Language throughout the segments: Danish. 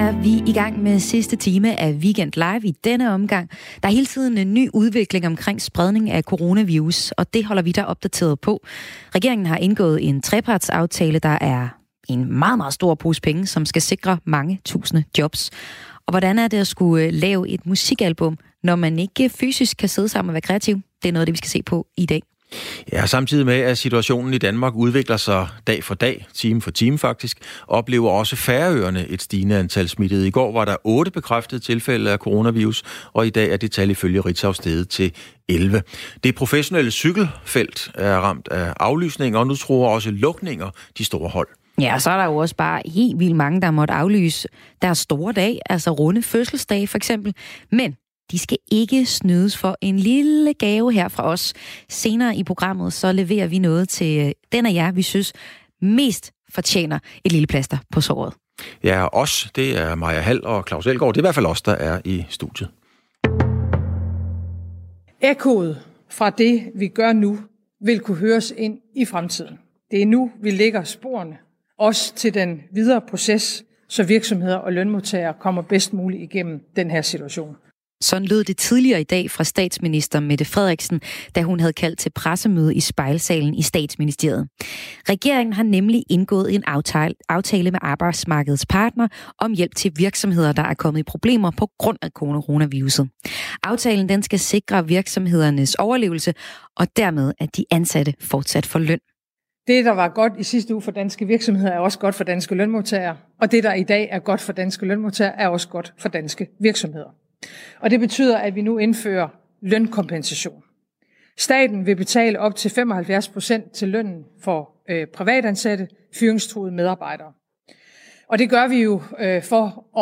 er vi i gang med sidste time af Weekend Live i denne omgang. Der er hele tiden en ny udvikling omkring spredning af coronavirus, og det holder vi der opdateret på. Regeringen har indgået en trepartsaftale, der er en meget, meget stor pose penge, som skal sikre mange tusinde jobs. Og hvordan er det at skulle lave et musikalbum, når man ikke fysisk kan sidde sammen og være kreativ? Det er noget af det, vi skal se på i dag. Ja, samtidig med, at situationen i Danmark udvikler sig dag for dag, time for time faktisk, oplever også Færøerne et stigende antal smittede. I går var der 8 bekræftede tilfælde af coronavirus, og i dag er det tal ifølge Ritzau steget til 11. Det professionelle cykelfelt er ramt af aflysninger, og nu tror også lukninger de store hold. Ja, og så er der jo også bare helt vildt mange, der måtte aflyse deres store dag, altså runde fødselsdag for eksempel. Men de skal ikke snydes for en lille gave her fra os. Senere i programmet, så leverer vi noget til den af jer, vi synes mest fortjener et lille plaster på såret. Ja, os, det er Maja Hall og Claus Elgaard. Det er i hvert fald os, der er i studiet. Ekkoet fra det, vi gør nu, vil kunne høres ind i fremtiden. Det er nu, vi lægger sporene, også til den videre proces, så virksomheder og lønmodtagere kommer bedst muligt igennem den her situation. Sådan lød det tidligere i dag fra statsminister Mette Frederiksen, da hun havde kaldt til pressemøde i Spejlsalen i Statsministeriet. Regeringen har nemlig indgået en aftale med arbejdsmarkedets partner om hjælp til virksomheder, der er kommet i problemer på grund af coronaviruset. Aftalen den skal sikre virksomhedernes overlevelse, og dermed at de ansatte fortsat får løn. Det, der var godt i sidste uge for danske virksomheder, er også godt for danske lønmodtagere. Og det, der i dag er godt for danske lønmodtagere, er også godt for danske virksomheder. Og det betyder, at vi nu indfører lønkompensation. Staten vil betale op til 75% til lønnen for privatansatte, fyringstruede medarbejdere. Og det gør vi jo for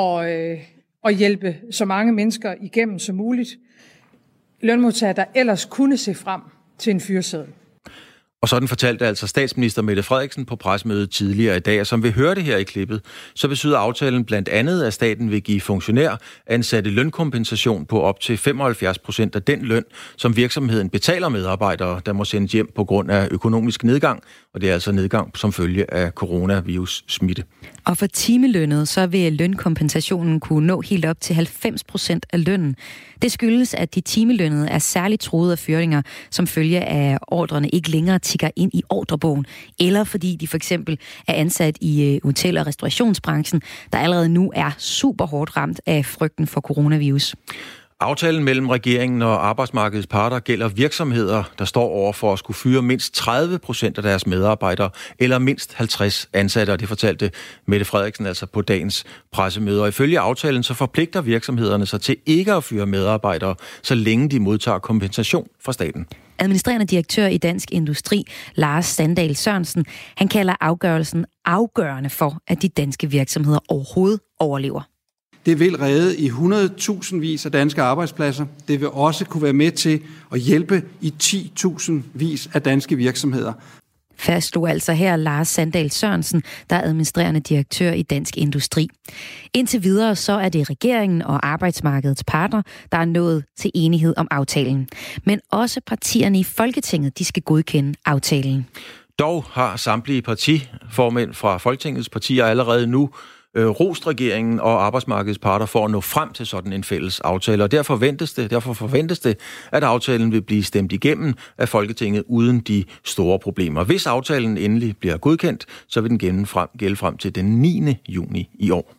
at hjælpe så mange mennesker igennem som muligt. Lønmodtagere, der ellers kunne se frem til en fyreseddel. Og sådan fortalte altså statsminister Mette Frederiksen på pressemødet tidligere i dag. Og som vi hørte her i klippet, så betyder aftalen blandt andet, at staten vil give funktionæransatte lønkompensation på op til 75% af den løn, som virksomheden betaler medarbejdere, der må sendes hjem på grund af økonomisk nedgang. Og det er altså nedgang som følge af coronavirus-smitte. Og for timelønnet, så vil lønkompensationen kunne nå helt op til 90% af lønnen. Det skyldes, at de timelønnede er særligt truet af fyringer, som følge af ordrene ikke længere tikker ind i ordrebogen, eller fordi de for eksempel er ansat i hotel- og restaurationsbranchen, der allerede nu er super hårdt ramt af frygten for coronavirus. Aftalen mellem regeringen og arbejdsmarkedets parter gælder virksomheder, der står over for at skulle fyre mindst 30% af deres medarbejdere, eller mindst 50 ansatte, og det fortalte Mette Frederiksen altså på dagens pressemøde. Og ifølge aftalen så forpligter virksomhederne sig til ikke at fyre medarbejdere, så længe de modtager kompensation fra staten. Administrerende direktør i Dansk Industri, Lars Sandahl Sørensen, han kalder afgørelsen afgørende for, at de danske virksomheder overhovedet overlever. Det vil redde i 100.000 af danske arbejdspladser. Det vil også kunne være med til at hjælpe i 10.000 af danske virksomheder. Fastslog altså her Lars Sandahl Sørensen, der er administrerende direktør i Dansk Industri. Indtil videre så er det regeringen og arbejdsmarkedets parter, der er nået til enighed om aftalen. Men også partierne i Folketinget, de skal godkende aftalen. Dog har samtlige partiformænd fra Folketingets partier allerede nu rost regeringen og arbejdsmarkedets parter for at nå frem til sådan en fælles aftale. Og derfor forventes det, at aftalen vil blive stemt igennem af Folketinget uden de store problemer. Hvis aftalen endelig bliver godkendt, så vil den gælde frem til den 9. juni i år.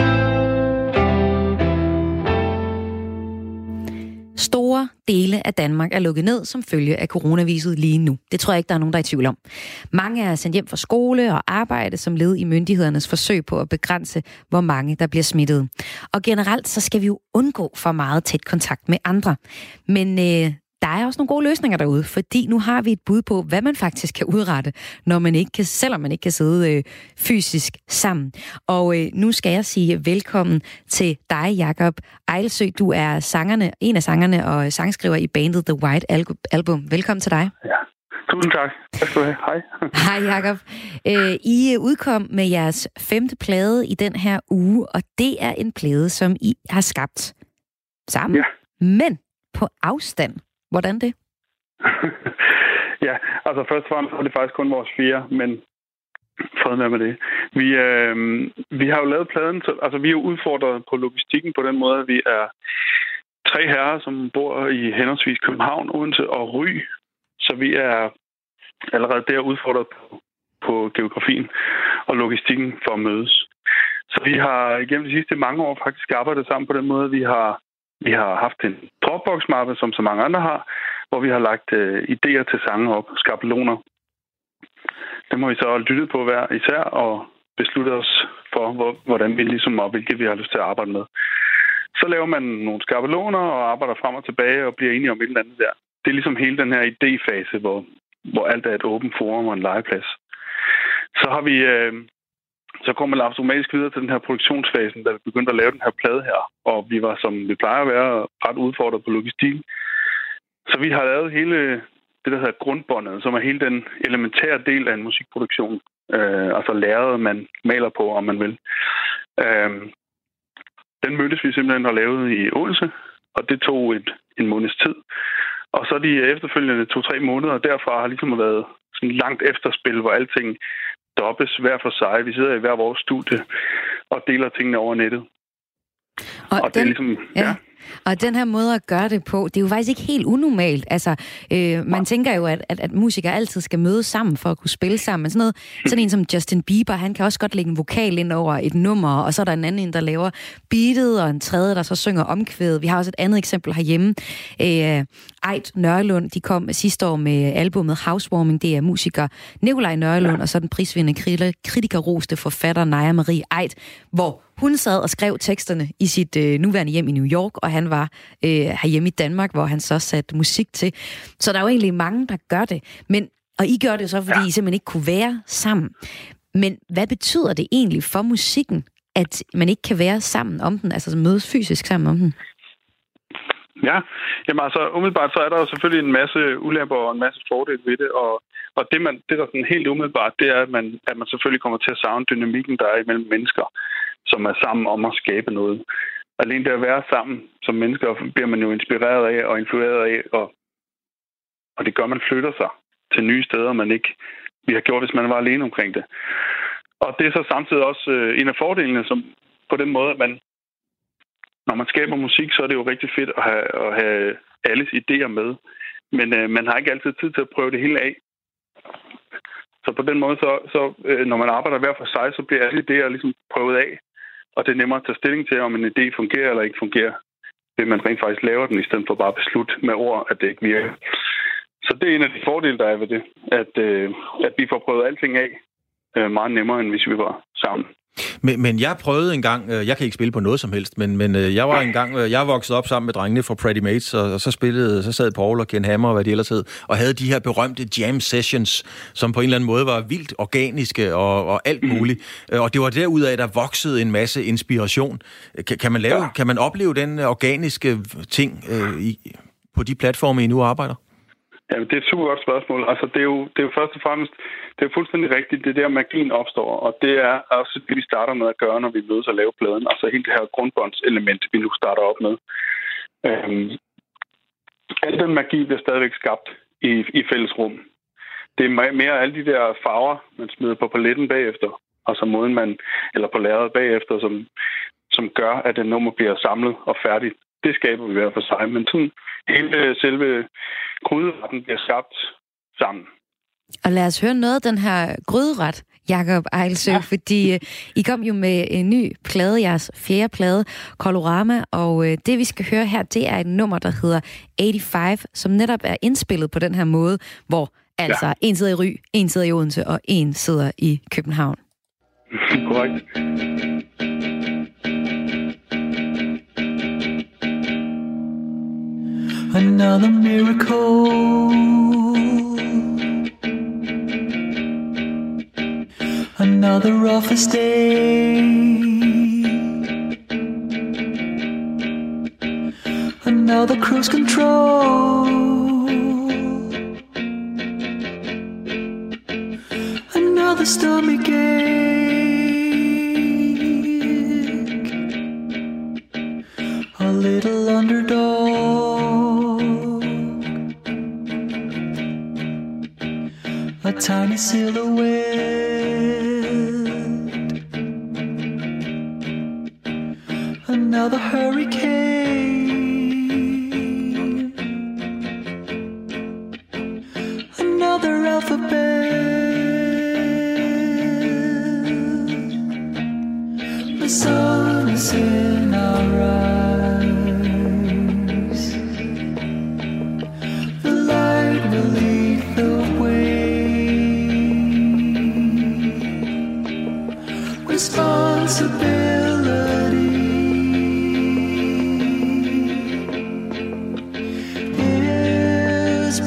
Store dele af Danmark er lukket ned som følge af coronaviruset lige nu. Det tror jeg ikke, der er nogen, der er i tvivl om. Mange er sendt hjem fra skole og arbejde som led i myndighedernes forsøg på at begrænse, hvor mange der bliver smittet. Og generelt så skal vi jo undgå for meget tæt kontakt med andre. Men der er også nogle gode løsninger derude, fordi nu har vi et bud på, hvad man faktisk kan udrette, når man ikke kan, selvom man ikke kan sidde fysisk sammen. Og nu skal jeg sige velkommen til dig, Jakob Ejlsø. Du er en af sangerne og sangskriver i bandet The White Album. Velkommen til dig. Ja, tusind tak. Tak skal du have. Hej. Hej, Jakob. I udkom med jeres 5. plade i den her uge, og det er en plade, som I har skabt sammen, ja. Men på afstand. Hvordan det? Ja, altså først og fremmest er det faktisk kun vores 4, men Fred med det. Vi har jo lavet pladen, altså vi er jo udfordret på logistikken på den måde, at vi er 3 herrer, som bor i henholdsvis København, Odense og Ry. Så vi er allerede der udfordret på geografien og logistikken for at mødes. Så vi har igennem de sidste mange år faktisk arbejdet sammen på den måde. Vi har haft en Dropbox-mappe, som så mange andre har, hvor vi har lagt idéer til sange op, skabeloner. Dem har vi så lyttet på hver især og besluttet os for, hvordan vi ligesom og hvilke vi har lyst til at arbejde med. Så laver man nogle skabeloner og arbejder frem og tilbage og bliver enige om et eller andet der. Det er ligesom hele den her idéfase, hvor alt er et åbent forum og en legeplads. Så har vi... Så kommer man automatisk videre til den her produktionsfasen, da vi begyndte at lave den her plade her. Og vi var, som vi plejer at være, ret udfordret på logistikken. Så vi har lavet hele det, der hedder grundbåndet, som er hele den elementære del af en musikproduktion. Altså lærredet, man maler på, om man vil. Den mødtes vi simpelthen og lavede i Odense, og det tog en måneds tid. Og så de efterfølgende 2-3 måneder derfra har ligesom været sådan langt efterspil, hvor alting dobbes hver for sig. Vi sidder i hver vores studie og deler tingene over nettet. Og det er ligesom... Ja. Og den her måde at gøre det på, det er jo faktisk ikke helt unormalt. Altså, man tænker jo, at musikere altid skal mødes sammen for at kunne spille sammen. Men sådan en som Justin Bieber, han kan også godt lægge en vokal ind over et nummer, og så er der en anden, der laver beatet, og en tredje, der så synger omkvædet. Vi har også et andet eksempel herhjemme. Ejt Nørlund, de kom sidste år med albumet Housewarming. Det er musiker Nikolaj Nørlund, og så den prisvindende kritikerroste forfatter Naja Marie Ejt, hvor hun sad og skrev teksterne i sit nuværende hjem i New York, og han var herhjemme i Danmark, hvor han så satte musik til. Så der er jo egentlig mange, der gør det. Og I gør det så, fordi I simpelthen ikke kunne være sammen. Men hvad betyder det egentlig for musikken, at man ikke kan være sammen om den, altså mødes fysisk sammen om den? Ja, jamen altså umiddelbart så er der jo selvfølgelig en masse ulemper og en masse fordele ved det, og det der sådan helt umiddelbart, det er, at man selvfølgelig kommer til at savne dynamikken, der er imellem mennesker, som er sammen om at skabe noget. Alene det at være sammen som mennesker, bliver man jo inspireret af og influeret af, og det gør, man flytter sig til nye steder, man ikke vi har gjort, hvis man var alene omkring det. Og det er så samtidig også en af fordelene, som på den måde, at når man skaber musik, så er det jo rigtig fedt at have alles idéer med. Men man har ikke altid tid til at prøve det hele af. Så på den måde, så når man arbejder hver for sig, så bliver alle idéer ligesom prøvet af. Og det er nemmere at tage stilling til, om en idé fungerer eller ikke fungerer. Det man rent faktisk laver den, i stedet for bare at beslutte med ord, at det ikke virker. Så det er en af de fordele, der er ved det. At vi får prøvet alting af meget nemmere, end hvis vi var sammen. Men jeg prøvede engang, jeg kan ikke spille på noget som helst, men jeg voksede op sammen med drengene fra Pretty Mates, og så sad Paul og Ken Hammer og hvad de ellers hed, og havde de her berømte jam sessions, som på en eller anden måde var vildt organiske og alt muligt. Og det var derudaf, der voksede en masse inspiration. Kan man opleve den organiske ting på de platforme, I nu arbejder? Ja, det er et super godt spørgsmål. Altså, det er jo først og fremmest, det er fuldstændig rigtigt, det er der magien opstår, og det er også det, vi starter med at gøre, når vi mødes og laver pladen. Altså hele det her grundbåndselement, vi nu starter op med. Al den magi bliver stadigvæk skabt i fællesrum. Det er mere alle de der farver, man smider på paletten bagefter, og så måden eller på lærredet bagefter, som gør, at det nummer bliver samlet og færdigt. Det skaber vi hver for sig, men sådan hele selve gryderetten bliver skabt sammen. Og lad os høre noget af den her gryderet, Jakob Ejlsø, fordi I kom jo med en ny plade, jeres 4. plade, Colorama, og det vi skal høre her, det er et nummer, der hedder 85, som netop er indspillet på den her måde, hvor altså en sidder i Ry, en sidder i Odense, og en sidder i København. Korrekt. Another miracle, another roughest day, another cruise control, another stomach ache, a little underdog, a tiny silhouette, The sun is in our eyes. The light will lead the way. Responsibility is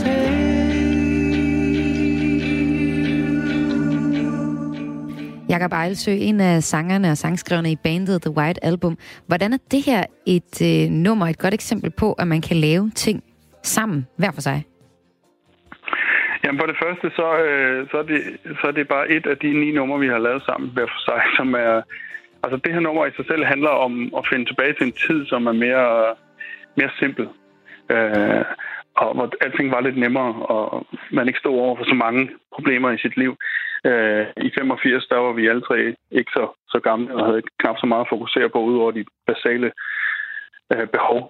Jakob Ejlsøe, en af sangerne og sangskriverne i bandet The White Album. Hvordan er det her et nummer, et godt eksempel på, at man kan lave ting sammen, hver for sig? Jamen for det første, så er det bare et af de 9 numre, vi har lavet sammen hver for sig, som er... Altså det her nummer i sig selv handler om at finde tilbage til en tid, som er mere simpel. Og hvor alting var lidt nemmere, og man ikke stod over for så mange problemer i sit liv. I 85, der var vi alle tre ikke så gamle, og havde knap så meget at fokusere på, udover de basale behov.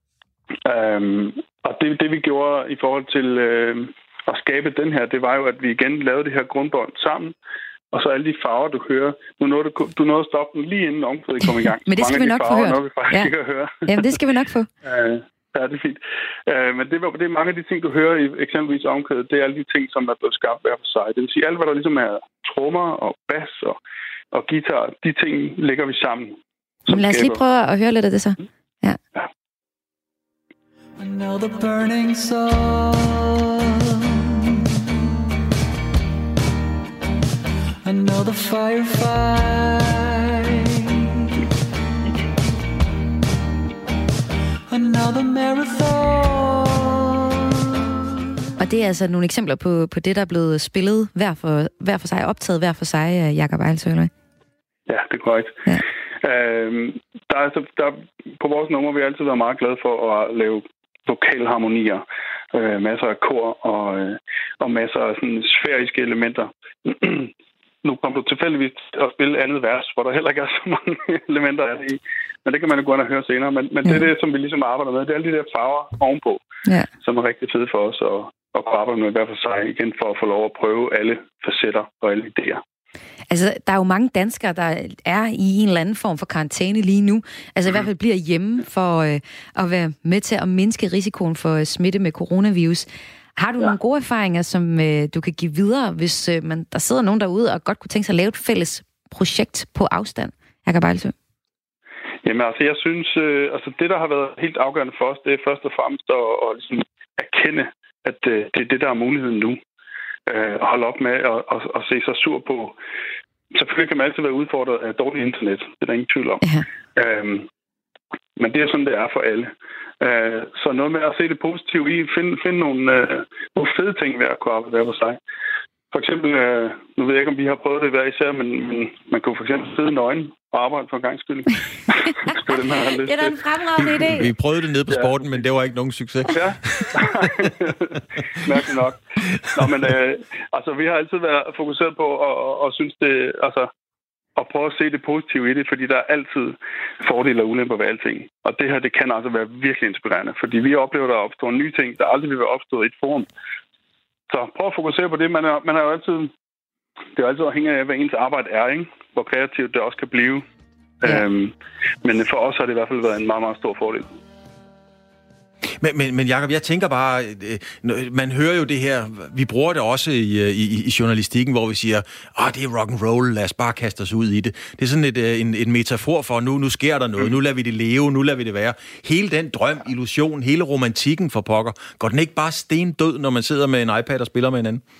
Og det vi gjorde i forhold til at skabe den her, det var jo, at vi igen lavede det her grundbånd sammen, og så alle de farver, du hører. Du nåede at stoppe den lige inden omkvædet kom i gang. Men det skal vi nok få hørt. Vi faktisk ikke høre. Jamen, det skal vi nok få. Ja, det er fint. Men det er mange af de ting, du hører i eksempelvis omkvædet, det er alle de ting, som er blevet skabt hver for sig. Det vil sige, alt hvad der ligesom er trommer og bas og guitar, de ting lægger vi sammen. Men lad os lige prøve at høre lidt af det så. Ja. Another burning song, another firefight, another marathon. Og det er altså nogle eksempler på det, der er blevet spillet hver for sig, optaget hver for sig af Jakob Ejlsøe, eller? Ja, det er korrekt. Ja. Der på vores nummer vi har altid været meget glade for at lave lokale harmonier, masser af kor og masser af sådan sfæriske elementer. Nu kom du tilfældigvis at spille andet vers, hvor der heller ikke er så mange elementer af det i. Men det kan man jo gå ind og høre senere. Men det er det, som vi ligesom arbejder med. Det er alle de der farver ovenpå, som er rigtig fede for os at kunne arbejde med hver for sig igen, for at få lov at prøve alle facetter og alle idéer. Altså, der er jo mange danskere, der er i en eller anden form for karantæne lige nu. Altså i hvert fald bliver hjemme for at være med til at mindske risikoen for smitte med coronavirus. Har du nogle gode erfaringer, som du kan give videre, hvis der sidder nogen derude og godt kunne tænke sig at lave et fælles projekt på afstand? Jakob Ejlsøe? Jamen altså, jeg synes, det der har været helt afgørende for os, det er først og fremmest at ligesom erkende, at det er det, der er muligheden nu. Holde op med at se sig sur på. Selvfølgelig kan man altid være udfordret af dårligt internet. Det er der ingen tvivl om. Ja. Men det er sådan, det er for alle. Så noget med at se det positive i, finde nogle fede ting ved at kunne arbejde hver for sig. For eksempel, nu ved jeg ikke, om vi har prøvet det hver især, men man kunne for eksempel sidde nøgen og arbejde for en gang skyld. Det er da en fremragende idé. Vi prøvede det nede på sporten, men det var ikke nogen succes. Ja, mærkeligt nok. Nå, men altså, vi har altid været fokuseret på at synes det, altså, at prøve at se det positive i det, fordi der er altid fordele og ulemper ved alting. Og det her, det kan altså være virkelig inspirerende, fordi vi oplever, at der opstår nye ting, der aldrig vil være opstået i et forum. Så prøv at fokusere på det. Man er jo altid, det er jo altid afhængigt af, hvad ens arbejde er, ikke? Hvor kreativt det også kan blive. Ja. Men for os har det i hvert fald været en meget, meget stor fordel. Men Jakob, jeg tænker bare, man hører jo det her, vi bruger det også i journalistikken, hvor vi siger, det er rock and roll, lad os bare kaste os ud i det. Det er sådan et metafor for, nu sker der noget, nu lader vi det leve, nu lader vi det være. Hele den drøm, illusion, hele romantikken for pokker, går den ikke bare stendød, når man sidder med en iPad og spiller med hinanden?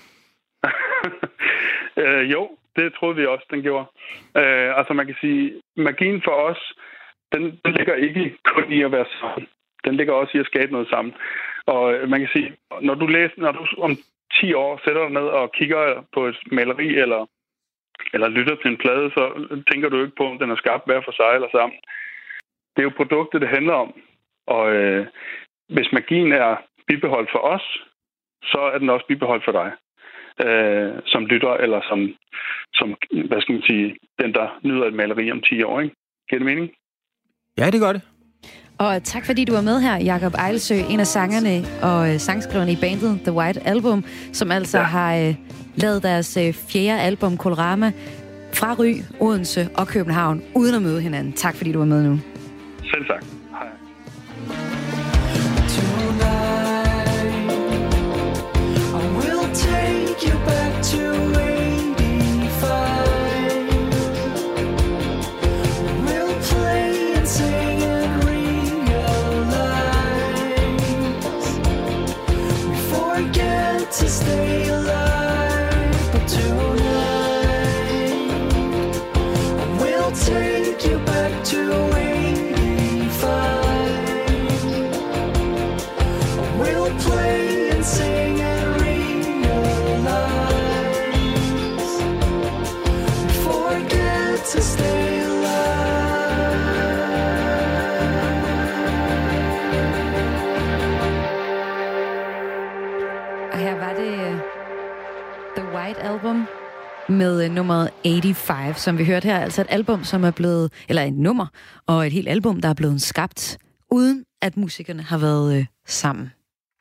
Jo, det troede vi også, den gjorde. Altså man kan sige, magien for os, den ligger ikke kun i at være sammen. Den ligger også i at skabe noget sammen. Og man kan sige, når du om 10 år sætter dig ned og kigger på et maleri eller lytter til en plade, så tænker du ikke på, om den er skabt hver for sig eller sammen. Det er jo produktet, det handler om. Og hvis magien er bibeholdt for os, så er den også bibeholdt for dig. Som lytter, eller som hvad skal man sige, den, der nyder et maleri om 10 år. Ikke? Giver det mening? Ja, det gør det. Og tak fordi du var med her, Jakob Ejlsø, en af sangerne og sangskriverne i bandet The White Album, som altså har lavet deres 4. album, Colorama, fra Ry, Odense og København, uden at møde hinanden. Tak fordi du var med nu. Selv tak. Hej. To stay alive, but tonight I will take you back to 85. I will play and sing and realize we forget to stay Her var det The White Album med nummeret 85, som vi hørte her. Altså et album, som er blevet, eller et nummer, og et helt album, der er blevet skabt, uden at musikerne har været sammen.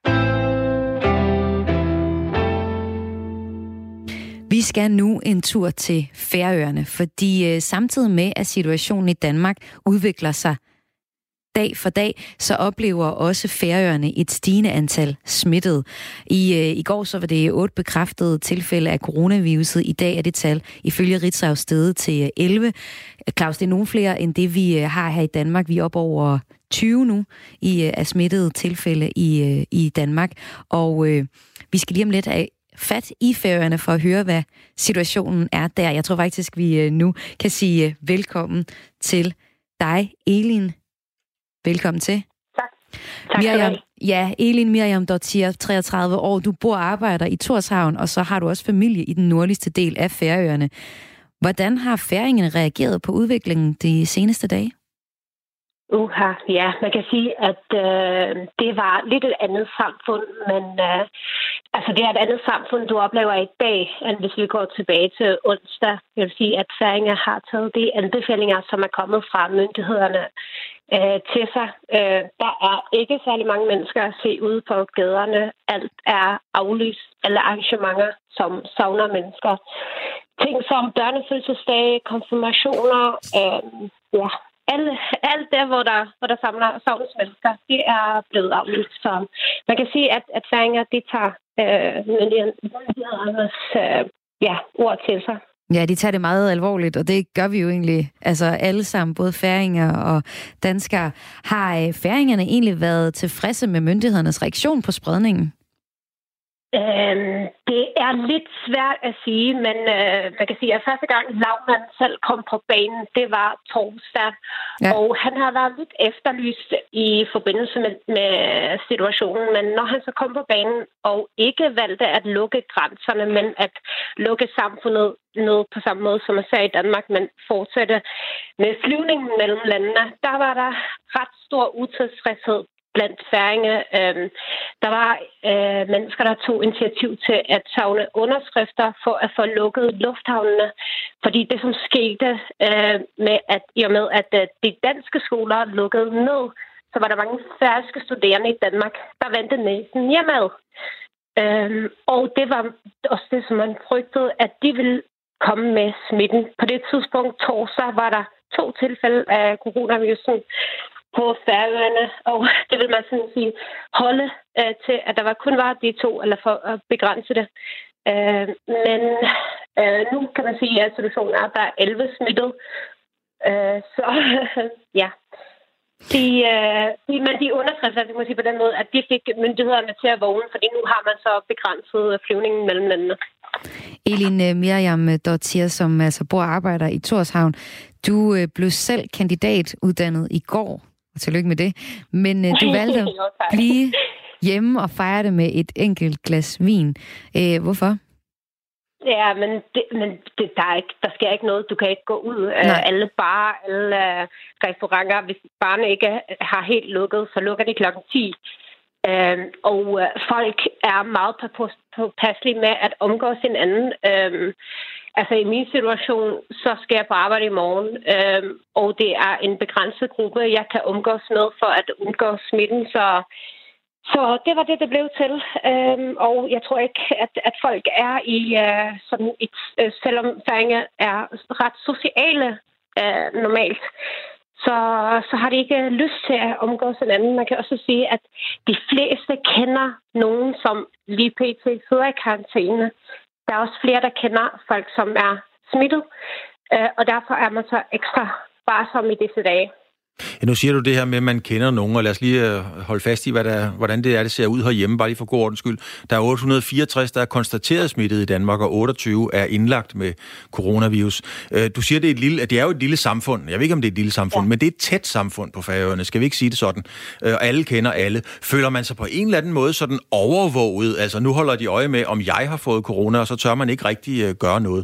Vi skal nu en tur til Færøerne, fordi samtidig med, at situationen i Danmark udvikler sig dag for dag, så oplever også Færøerne et stigende antal smittede. I går så var det 8 bekræftede tilfælde af coronaviruset. I dag er det tal ifølge Ritzau steget til 11. Claus, det er nogle flere end det, vi har her i Danmark. Vi er op over 20 nu af smittede tilfælde i Danmark. Og vi skal lige om lidt have fat i Færøerne for at høre, hvad situationen er der. Jeg tror faktisk, vi nu kan sige velkommen til dig, Elin. Velkommen til. Tak. Tak Miriam, Elin Miriam Dortier, 33 år. Du bor og arbejder i Tórshavn, og så har du også familie i den nordligste del af Færøerne. Hvordan har færingerne reageret på udviklingen de seneste dage? Ja, man kan sige, at det var lidt et andet samfund, men det er et andet samfund, du oplever i dag, end hvis vi går tilbage til onsdag. Jeg vil sige, at færinger har taget de anbefalinger, som er kommet fra myndighederne til sig. Der er ikke særlig mange mennesker at se ude på gaderne. Alt er aflyst, alle arrangementer, som savner mennesker. Ting som børnefødselsdage, konfirmationer, alt der, hvor der savnes mennesker, det er blevet aflyst. Så man kan sige, at færinger, de tager myndighedernes ord til sig. Ja, de tager det meget alvorligt, og det gør vi jo egentlig. Altså alle sammen, både færinger og danskere. Har færingerne egentlig været tilfredse med myndighedernes reaktion på spredningen? Det er lidt svært at sige, men man kan sige, at første gang Lagmand selv kom på banen, det var torsdag. Ja. Og han har været lidt efterlyst i forbindelse med situationen, men når han så kom på banen og ikke valgte at lukke grænserne, men at lukke samfundet ned på samme måde, som man ser i Danmark, men fortsætte med flyvningen mellem landene, der var der ret stor utilfredshed blandt færinge. Der var mennesker, der tog initiativ til at savne underskrifter for at få lukket lufthavnene. Fordi det, som skete i og med, at de danske skoler lukkede ned, så var der mange færøske studerende i Danmark, der vendte næsen hjemad. Og det var også det, som man frygtede, at de ville komme med smitten. På det tidspunkt, torsdag, var der 2 tilfælde af coronavirusen på Færøerne, og det vil man sådan sige holde til, at der kun var de 2, eller for at begrænse det. Men nu kan man sige, at situationen er, at der er 11 smittet. Så ja. Men de underskrifter, det må sige på den måde, at de fik myndighederne til at vågne, fordi nu har man så begrænset flyvningen mellem landene. Elin Miriam Dortier, som altså bor og arbejder i Tórshavn. Du blev selv kandidatuddannet i går, og tillykke med det, men du valgte at blive hjemme og fejre det med et enkelt glas vin. Hvorfor? Ja, men der sker ikke noget. Du kan ikke gå ud. Alle barer, alle restauranter, hvis barne ikke har helt lukket, så lukker de klokken 10. Og folk er meget påpasselige med at omgås hinanden. Altså i min situation, så skal jeg på arbejde i morgen, og det er en begrænset gruppe, jeg kan omgås med for at undgå smitten, så det var det blev til. Og jeg tror ikke, at folk er i sådan et, selvom færinger er ret sociale normalt, så har de ikke lyst til at omgås hinanden. Man kan også sige, at de fleste kender nogen, som lige pt. Sidder i karantæne. Der er også flere, der kender folk, som er smittet, og derfor er man så ekstra varsom i disse dage. Ja, nu siger du det her med, at man kender nogen, og lad os lige holde fast i, hvordan det ser ud herhjemme, bare lige for god ordens skyld. Der er 864, der er konstateret smittet i Danmark, og 28 er indlagt med coronavirus. Du siger, det er jo et lille samfund. Jeg ved ikke, om det er et lille samfund, men det er et tæt samfund på Færøerne. Skal vi ikke sige det sådan? Alle kender alle. Føler man sig på en eller anden måde sådan overvåget? Altså, nu holder de øje med, om jeg har fået corona, og så tør man ikke rigtig gøre noget.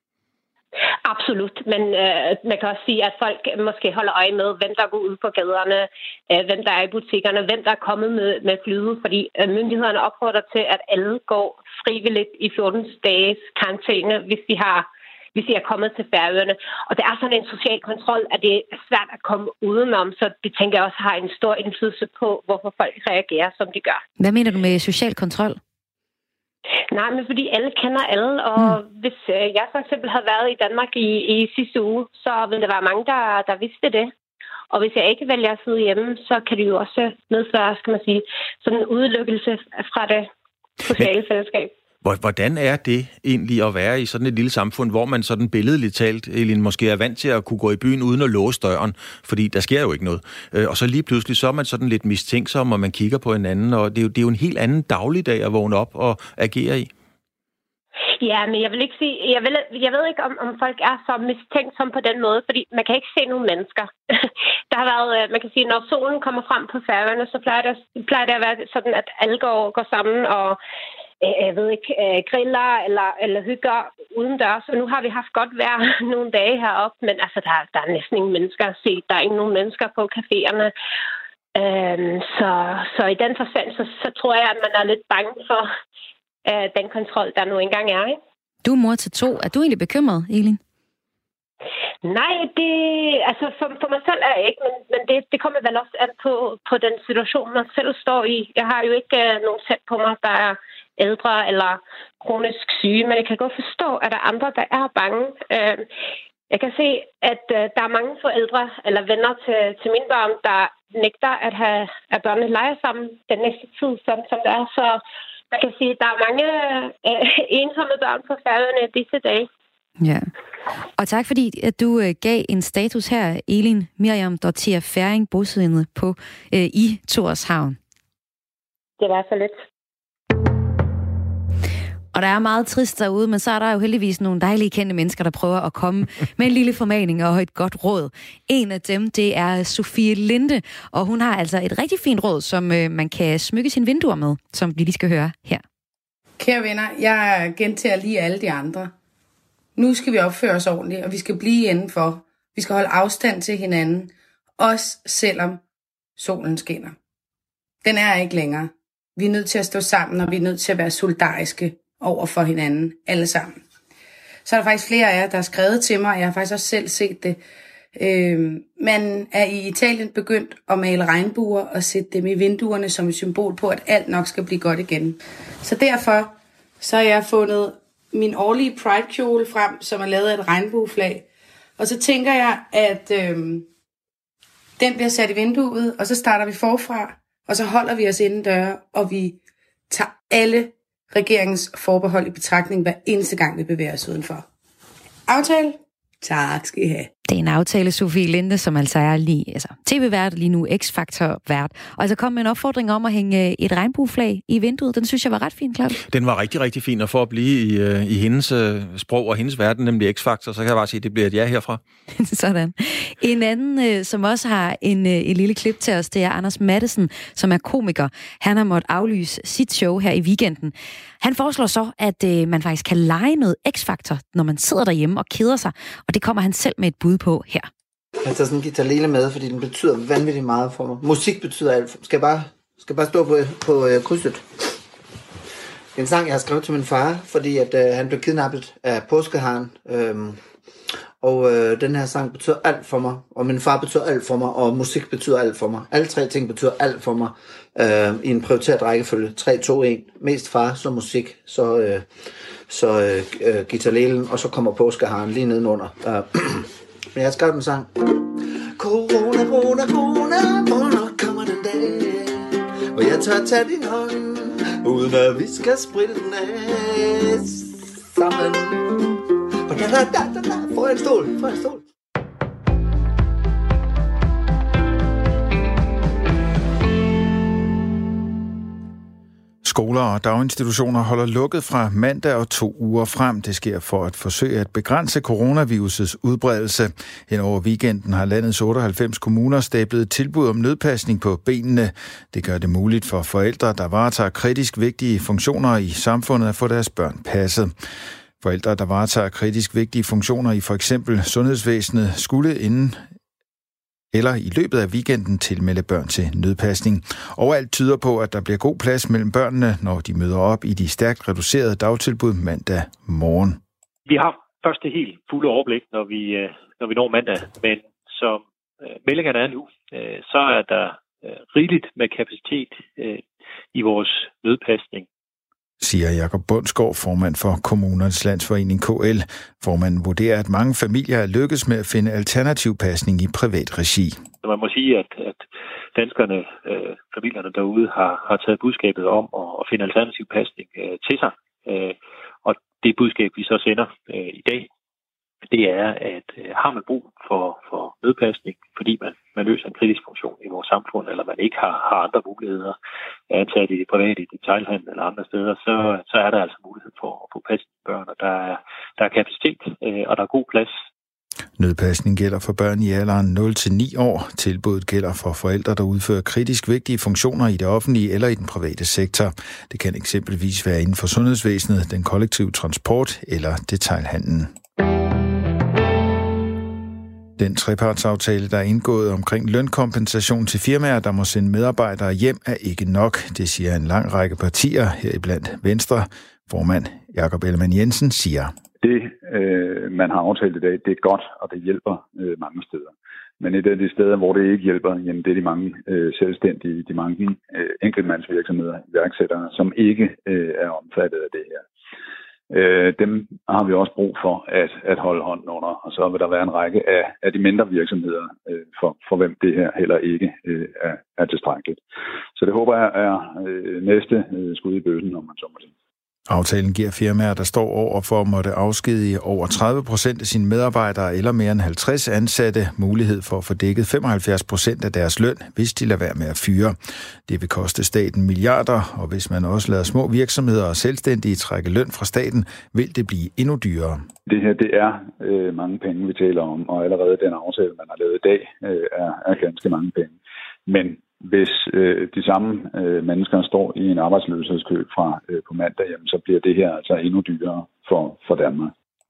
Absolut, men man kan også sige, at folk måske holder øje med, hvem der går ud på gaderne, hvem der er i butikkerne, hvem der er kommet med flyet, fordi myndighederne opfordrer til, at alle går frivilligt i 14 dages karantæne, hvis de er kommet til Færøerne. Og det er sådan en social kontrol, at det er svært at komme udenom, så det tænker jeg også har en stor indflydelse på, hvorfor folk reagerer, som de gør. Hvad mener du med social kontrol? Nej, men fordi alle kender alle, og hvis jeg for eksempel havde været i Danmark i sidste uge, så ville der være mange, der vidste det. Og hvis jeg ikke vælger at sidde hjemme, så kan det jo også medføre, skal man sige, sådan en udelukkelse fra det sociale fællesskab. Hvordan er det egentlig at være i sådan et lille samfund, hvor man sådan billedligt talt, Elin, måske er vant til at kunne gå i byen uden at låse døren, fordi der sker jo ikke noget. Og så lige pludselig, så er man sådan lidt mistænksom, og man kigger på hinanden, og det er jo en helt anden dagligdag at vågne op og agere i. Ja, men jeg vil ikke sige, jeg ved ikke, om folk er så mistænksomme på den måde, fordi man kan ikke se nogen mennesker. Der har været, man kan sige, når solen kommer frem på Færøerne, så plejer det at være sådan, at alle går sammen og jeg ved ikke, griller eller hygger udendørs. Så nu har vi haft godt vejr nogle dage heroppe, men altså, der er næsten ingen mennesker at se. Der er ikke nogen mennesker på caféerne. Så i den forstand, så tror jeg, at man er lidt bange for den kontrol, der nu engang er. Ikke? Du er mor til 2. Er du egentlig bekymret, Elin? Nej, altså for mig selv er jeg ikke, men det kommer vel også an på den situation, man selv står i. Jeg har jo ikke nogen tæt på mig, der er ældre eller kronisk syge, men jeg kan godt forstå, at der er andre, der er bange. Jeg kan se, at der er mange forældre eller venner til mine børn, der nægter at børnene leger sammen den næste tid, som det er. Så man kan sige, at der er mange ensomme børn på Færøerne disse dage. Ja. Og tak fordi, at du gav en status her, Elin Miriam Dortier Færing, bosiddende på i Tórshavn. Det var så lidt. Og der er meget trist derude, men så er der jo heldigvis nogle dejlige kendte mennesker, der prøver at komme med en lille formaning og et godt råd. En af dem, det er Sofie Linde, og hun har altså et rigtig fint råd, som man kan smykke sine vinduer med, som vi lige skal høre her. Kære venner, jeg gentager lige alle de andre. Nu skal vi opføre os ordentligt, og vi skal blive indenfor. Vi skal holde afstand til hinanden, også selvom solen skinner. Den er ikke længere. Vi er nødt til at stå sammen, og vi er nødt til at være solidariske over for hinanden, alle sammen. Så er der faktisk flere af jer, der har skrevet til mig, og jeg har faktisk også selv set det. Man er i Italien begyndt at male regnbuer og sætte dem i vinduerne som et symbol på, at alt nok skal blive godt igen. Så derfor så har jeg fundet min årlige Pride-kjole frem, som er lavet af et regnbueflag. Og så tænker jeg, at den bliver sat i vinduet, og så starter vi forfra, og så holder vi os indendøre, og vi tager alle regeringens forbehold i betragtning hver eneste gang, vi bevæger os udenfor. Aftale? Tak skal I have. Det er en aftale, Sofie Linde, som altså er tv-vært, lige nu X-Factor-vært. Og altså kom med en opfordring om at hænge et regnbueflag i vinduet. Den synes jeg var ret fin, Claus. Den var rigtig, rigtig fin, og for at blive i hendes sprog og hendes verden, nemlig X-Factor, så kan jeg bare sige, at det bliver et ja herfra. Sådan. En anden, som også har en lille klip til os, det er Anders Matthesen, som er komiker. Han har måttet aflyse sit show her i weekenden. Han foreslår så, at man faktisk kan lege noget X-Factor, når man sidder derhjemme og keder sig. Og det kommer han selv med et bud på her. Jeg tager sådan en guitarlele med, fordi den betyder vanvittigt meget for mig. Musik betyder alt. Skal bare stå på krydset. en sang, jeg har skrevet til min far, fordi at han blev kidnappet af påskeharen. Og den her sang betyder alt for mig, og min far betyder alt for mig, og musik betyder alt for mig. Alle tre ting betyder alt for mig i en prioriteret rækkefølge. 3, 2, 1. Mest far, så musik, så guitarlelen, og så kommer påskeharen lige nedenunder. Men jeg har skrevet en sang. Corona, corona, corona, hvornår kommer den dag, hvor jeg tør tage din hånd, uden at vi skal spritte den af sammen. Få en stol. Skoler og daginstitutioner holder lukket fra mandag og 2 uger frem. Det sker for at forsøge at begrænse coronavirusets udbredelse. Hen over weekenden har landets 98 kommuner stablet et tilbud om nødpasning på benene. Det gør det muligt for forældre, der varetager kritisk vigtige funktioner i samfundet, at få deres børn passet. Forældre, der varetager kritisk vigtige funktioner i for eksempel sundhedsvæsenet, skulle inden eller i løbet af weekenden tilmelde børn til nødpasning. Overalt tyder på, at der bliver god plads mellem børnene, når de møder op i de stærkt reducerede dagtilbud mandag morgen. Vi har først det helt fulde overblik, når vi når mandag, men som meldingerne er nu, så er der rigeligt med kapacitet i vores nødpasning. Siger Jakob Bundsgaard, formand for Kommunernes Landsforening KL. Formanden vurderer, at mange familier er lykkes med at finde alternativ pasning i privat regi. Man må sige, at danskerne, familierne derude, har taget budskabet om at finde alternativ pasning til sig. Og det budskab, vi så sender i dag, det er, at har man brug for nødpasning, fordi man løser en kritisk funktion i vores samfund, eller man ikke har andre muligheder, ansat i det private, i detailhandel eller andre steder, så er der altså mulighed for at få passet børn, og der er kapacitet, og der er god plads. Nødpasning gælder for børn i alderen 0-9 år. Tilbuddet gælder for forældre, der udfører kritisk vigtige funktioner i det offentlige eller i den private sektor. Det kan eksempelvis være inden for sundhedsvæsenet, den kollektive transport eller detailhandlen. Den trepartsaftale, der er indgået omkring lønkompensation til firmaer, der må sende medarbejdere hjem, er ikke nok. Det siger en lang række partier, heriblandt Venstre. Formand Jakob Ellemann-Jensen siger: Det, man har aftalt i dag, det er godt, og det hjælper mange steder. Men et af de steder, hvor det ikke hjælper, jamen det er de mange selvstændige, de mange enkeltmandsvirksomheder, iværksættere, som ikke er omfattet af det her. Dem har vi også brug for at holde hånden under, og så vil der være en række af de mindre virksomheder, for hvem det her heller ikke er tilstrækkeligt. Så det håber jeg er næste skud i bøssen, om man så må sige. Aftalen giver firmaer, der står over for at måtte afskedige over 30% af sine medarbejdere eller mere end 50 ansatte, mulighed for at få dækket 75% af deres løn, hvis de lader være med at fyre. Det vil koste staten milliarder, og hvis man også lader små virksomheder og selvstændige trække løn fra staten, vil det blive endnu dyrere. Det her, det er mange penge, vi taler om, og allerede den aftale, man har lavet i dag, er ganske mange penge. Men hvis de samme mennesker står i en arbejdsløshedskø fra på mandag, jamen, så bliver det her altså endnu dyrere for Danmark.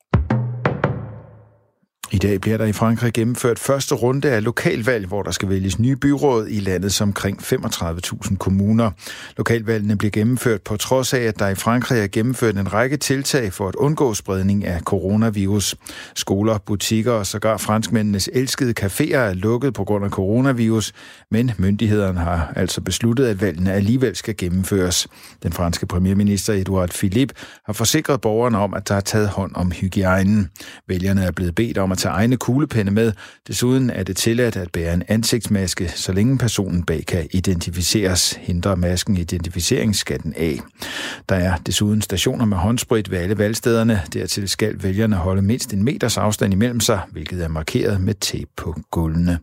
I dag bliver der i Frankrig gennemført første runde af lokalvalg, hvor der skal vælges nye byråd i landets omkring 35.000 kommuner. Lokalvalgene bliver gennemført på trods af, at der i Frankrig er gennemført en række tiltag for at undgå spredning af coronavirus. Skoler, butikker og sågar franskmændenes elskede caféer er lukket på grund af coronavirus, men myndighederne har altså besluttet, at valgene alligevel skal gennemføres. Den franske premierminister Edouard Philippe har forsikret borgerne om, at der er taget hånd om hygiejnen. Vælgerne er blevet bedt om at tage egne kuglepenne med. Desuden er det tilladt at bære en ansigtsmaske, så længe personen bag kan identificeres. Hindrer masken identificering, skal den af. Der er desuden stationer med håndsprit ved alle valgstederne. Dertil skal vælgerne holde mindst 1 meters afstand imellem sig, hvilket er markeret med tape på gulvene.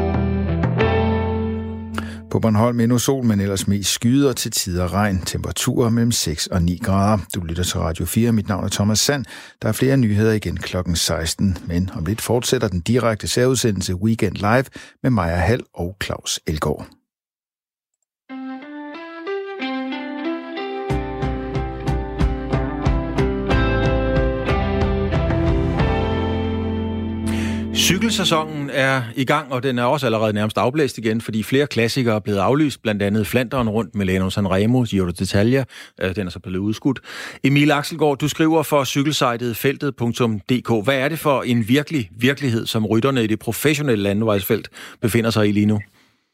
På Bornholm endnu sol, men ellers mest skyder, til tider regn. Temperaturer mellem 6 og 9 grader. Du lytter til Radio 4. Mit navn er Thomas Sand. Der er flere nyheder igen klokken 16. Men om lidt fortsætter den direkte særudsendelse Weekend Live med Maja Hall og Claus Elgaard. Cykelsæsonen er i gang, og den er også allerede nærmest afblæst igen, fordi flere klassikere er blevet aflyst, blandt andet Flandern rundt, Milano Sanremo, Giro d'Italia, den er så blevet udskudt. Emil Axelgaard, du skriver for cykelsejtet feltet.dk. Hvad er det for en virkelighed, som rytterne i det professionelle landevejsfelt befinder sig i lige nu?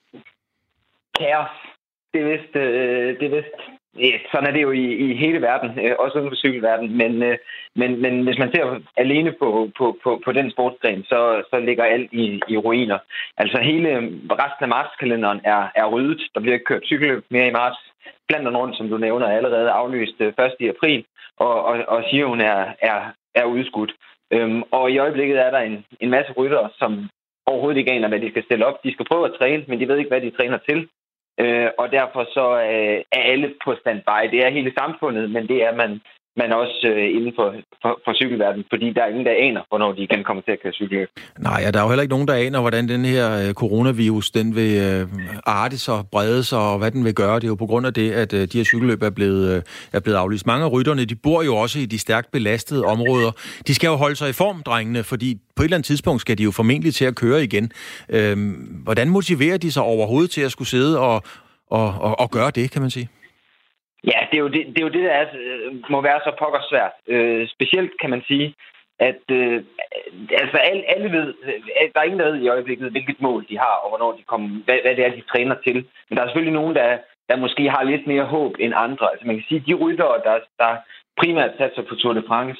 Kaos. Det er vist. Ja, sådan er det jo i hele verden, også uden for cykelverden, men hvis man ser alene på den sportsgren, så ligger alt i ruiner. Altså hele resten af martskalenderen er ryddet. Der bliver ikke kørt cykelløb mere i marts. Flandern rundt, som du nævner, er allerede aflyst 1. april, og Giroen er udskudt. Og i øjeblikket er der en masse ryttere, som overhovedet ikke aner, hvad de skal stille op. De skal prøve at træne, men de ved ikke, hvad de træner til. Og derfor så er alle på standby. Det er hele samfundet, men det er man også inden for cykelverdenen, fordi der er ingen, der aner, hvornår de igen kommer til at køre cykel. Nej, der er jo heller ikke nogen, der aner, hvordan den her coronavirus, den vil arte sig, brede sig, og hvad den vil gøre. Det er jo på grund af det, at de her cykelløb er blevet aflyst. Mange af rytterne, de bor jo også i de stærkt belastede områder. De skal jo holde sig i form, drengene, fordi på et eller andet tidspunkt skal de jo formentlig til at køre igen. Hvordan motiverer de sig overhovedet til at skulle sidde og gøre det, kan man sige? Ja, det er jo det, der må være så pokkers svært. Specielt kan man sige, at altså alle ved, der er ingen, der ved i øjeblikket, hvilket mål de har, og hvornår de kommer, hvad det er, de træner til. Men der er selvfølgelig nogen, der måske har lidt mere håb end andre. Altså man kan sige, de ryttere, der primært satser på Tour de France,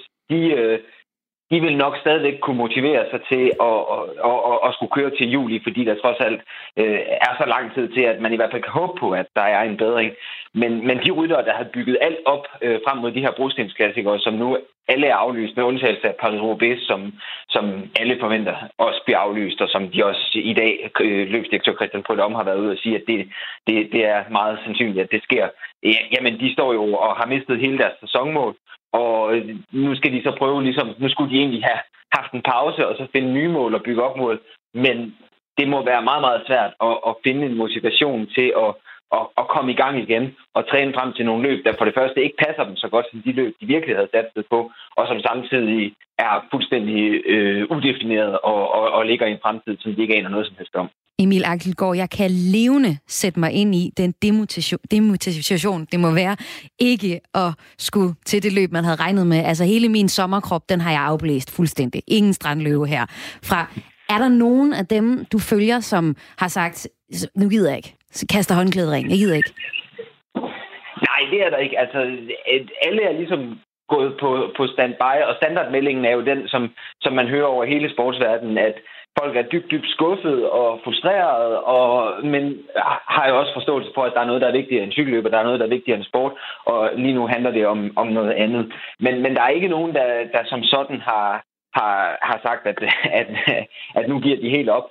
de vil nok stadigvæk kunne motivere sig til at skulle køre til juli, fordi der trods alt er så lang tid til, at man i hvert fald kan håbe på, at der er en bedring. Men de ryttere, der har bygget alt op frem mod de her brostensklassikere, som nu alle er aflyst, med undtagelse af Paris-Roubaix, som alle forventer også bliver aflyst, og som de også i dag, løbsdirektør Christian Prudhomme har været ude og sige, at det er meget sandsynligt, at det sker. Jamen, de står jo og har mistet hele deres sæsonmål, og nu skal de så prøve, nu skulle de egentlig have haft en pause, og så finde nye mål og bygge op mod, men det må være meget, meget svært at finde en motivation til at komme i gang igen og træne frem til nogle løb, der for det første ikke passer dem så godt som de løb, de virkelig havde satset på, og som samtidig er fuldstændig udefineret og ligger i en fremtid, som de ikke aner noget som helst om. Emil Axelgaard, jeg kan levende sætte mig ind i den demotivation, det må være ikke at skulle til det løb, man havde regnet med. Altså hele min sommerkrop, den har jeg afblæst fuldstændig. Ingen strandløve her. Er der nogen af dem, du følger, som har sagt, nu gider jeg ikke, kaster håndklædet ring, jeg gider ikke? Nej, det er der ikke. Altså, alle er ligesom gået på standby, og standardmeldingen er jo den, som man hører over hele sportsverdenen, at folk er dybt skuffet og frustreret, men har jo også forståelse for, at der er noget, der er vigtigere end cykelløb, og der er noget, der er vigtigere end sport, og lige nu handler det om noget andet. Men der er ikke nogen, der som sådan har sagt, at nu giver de helt op.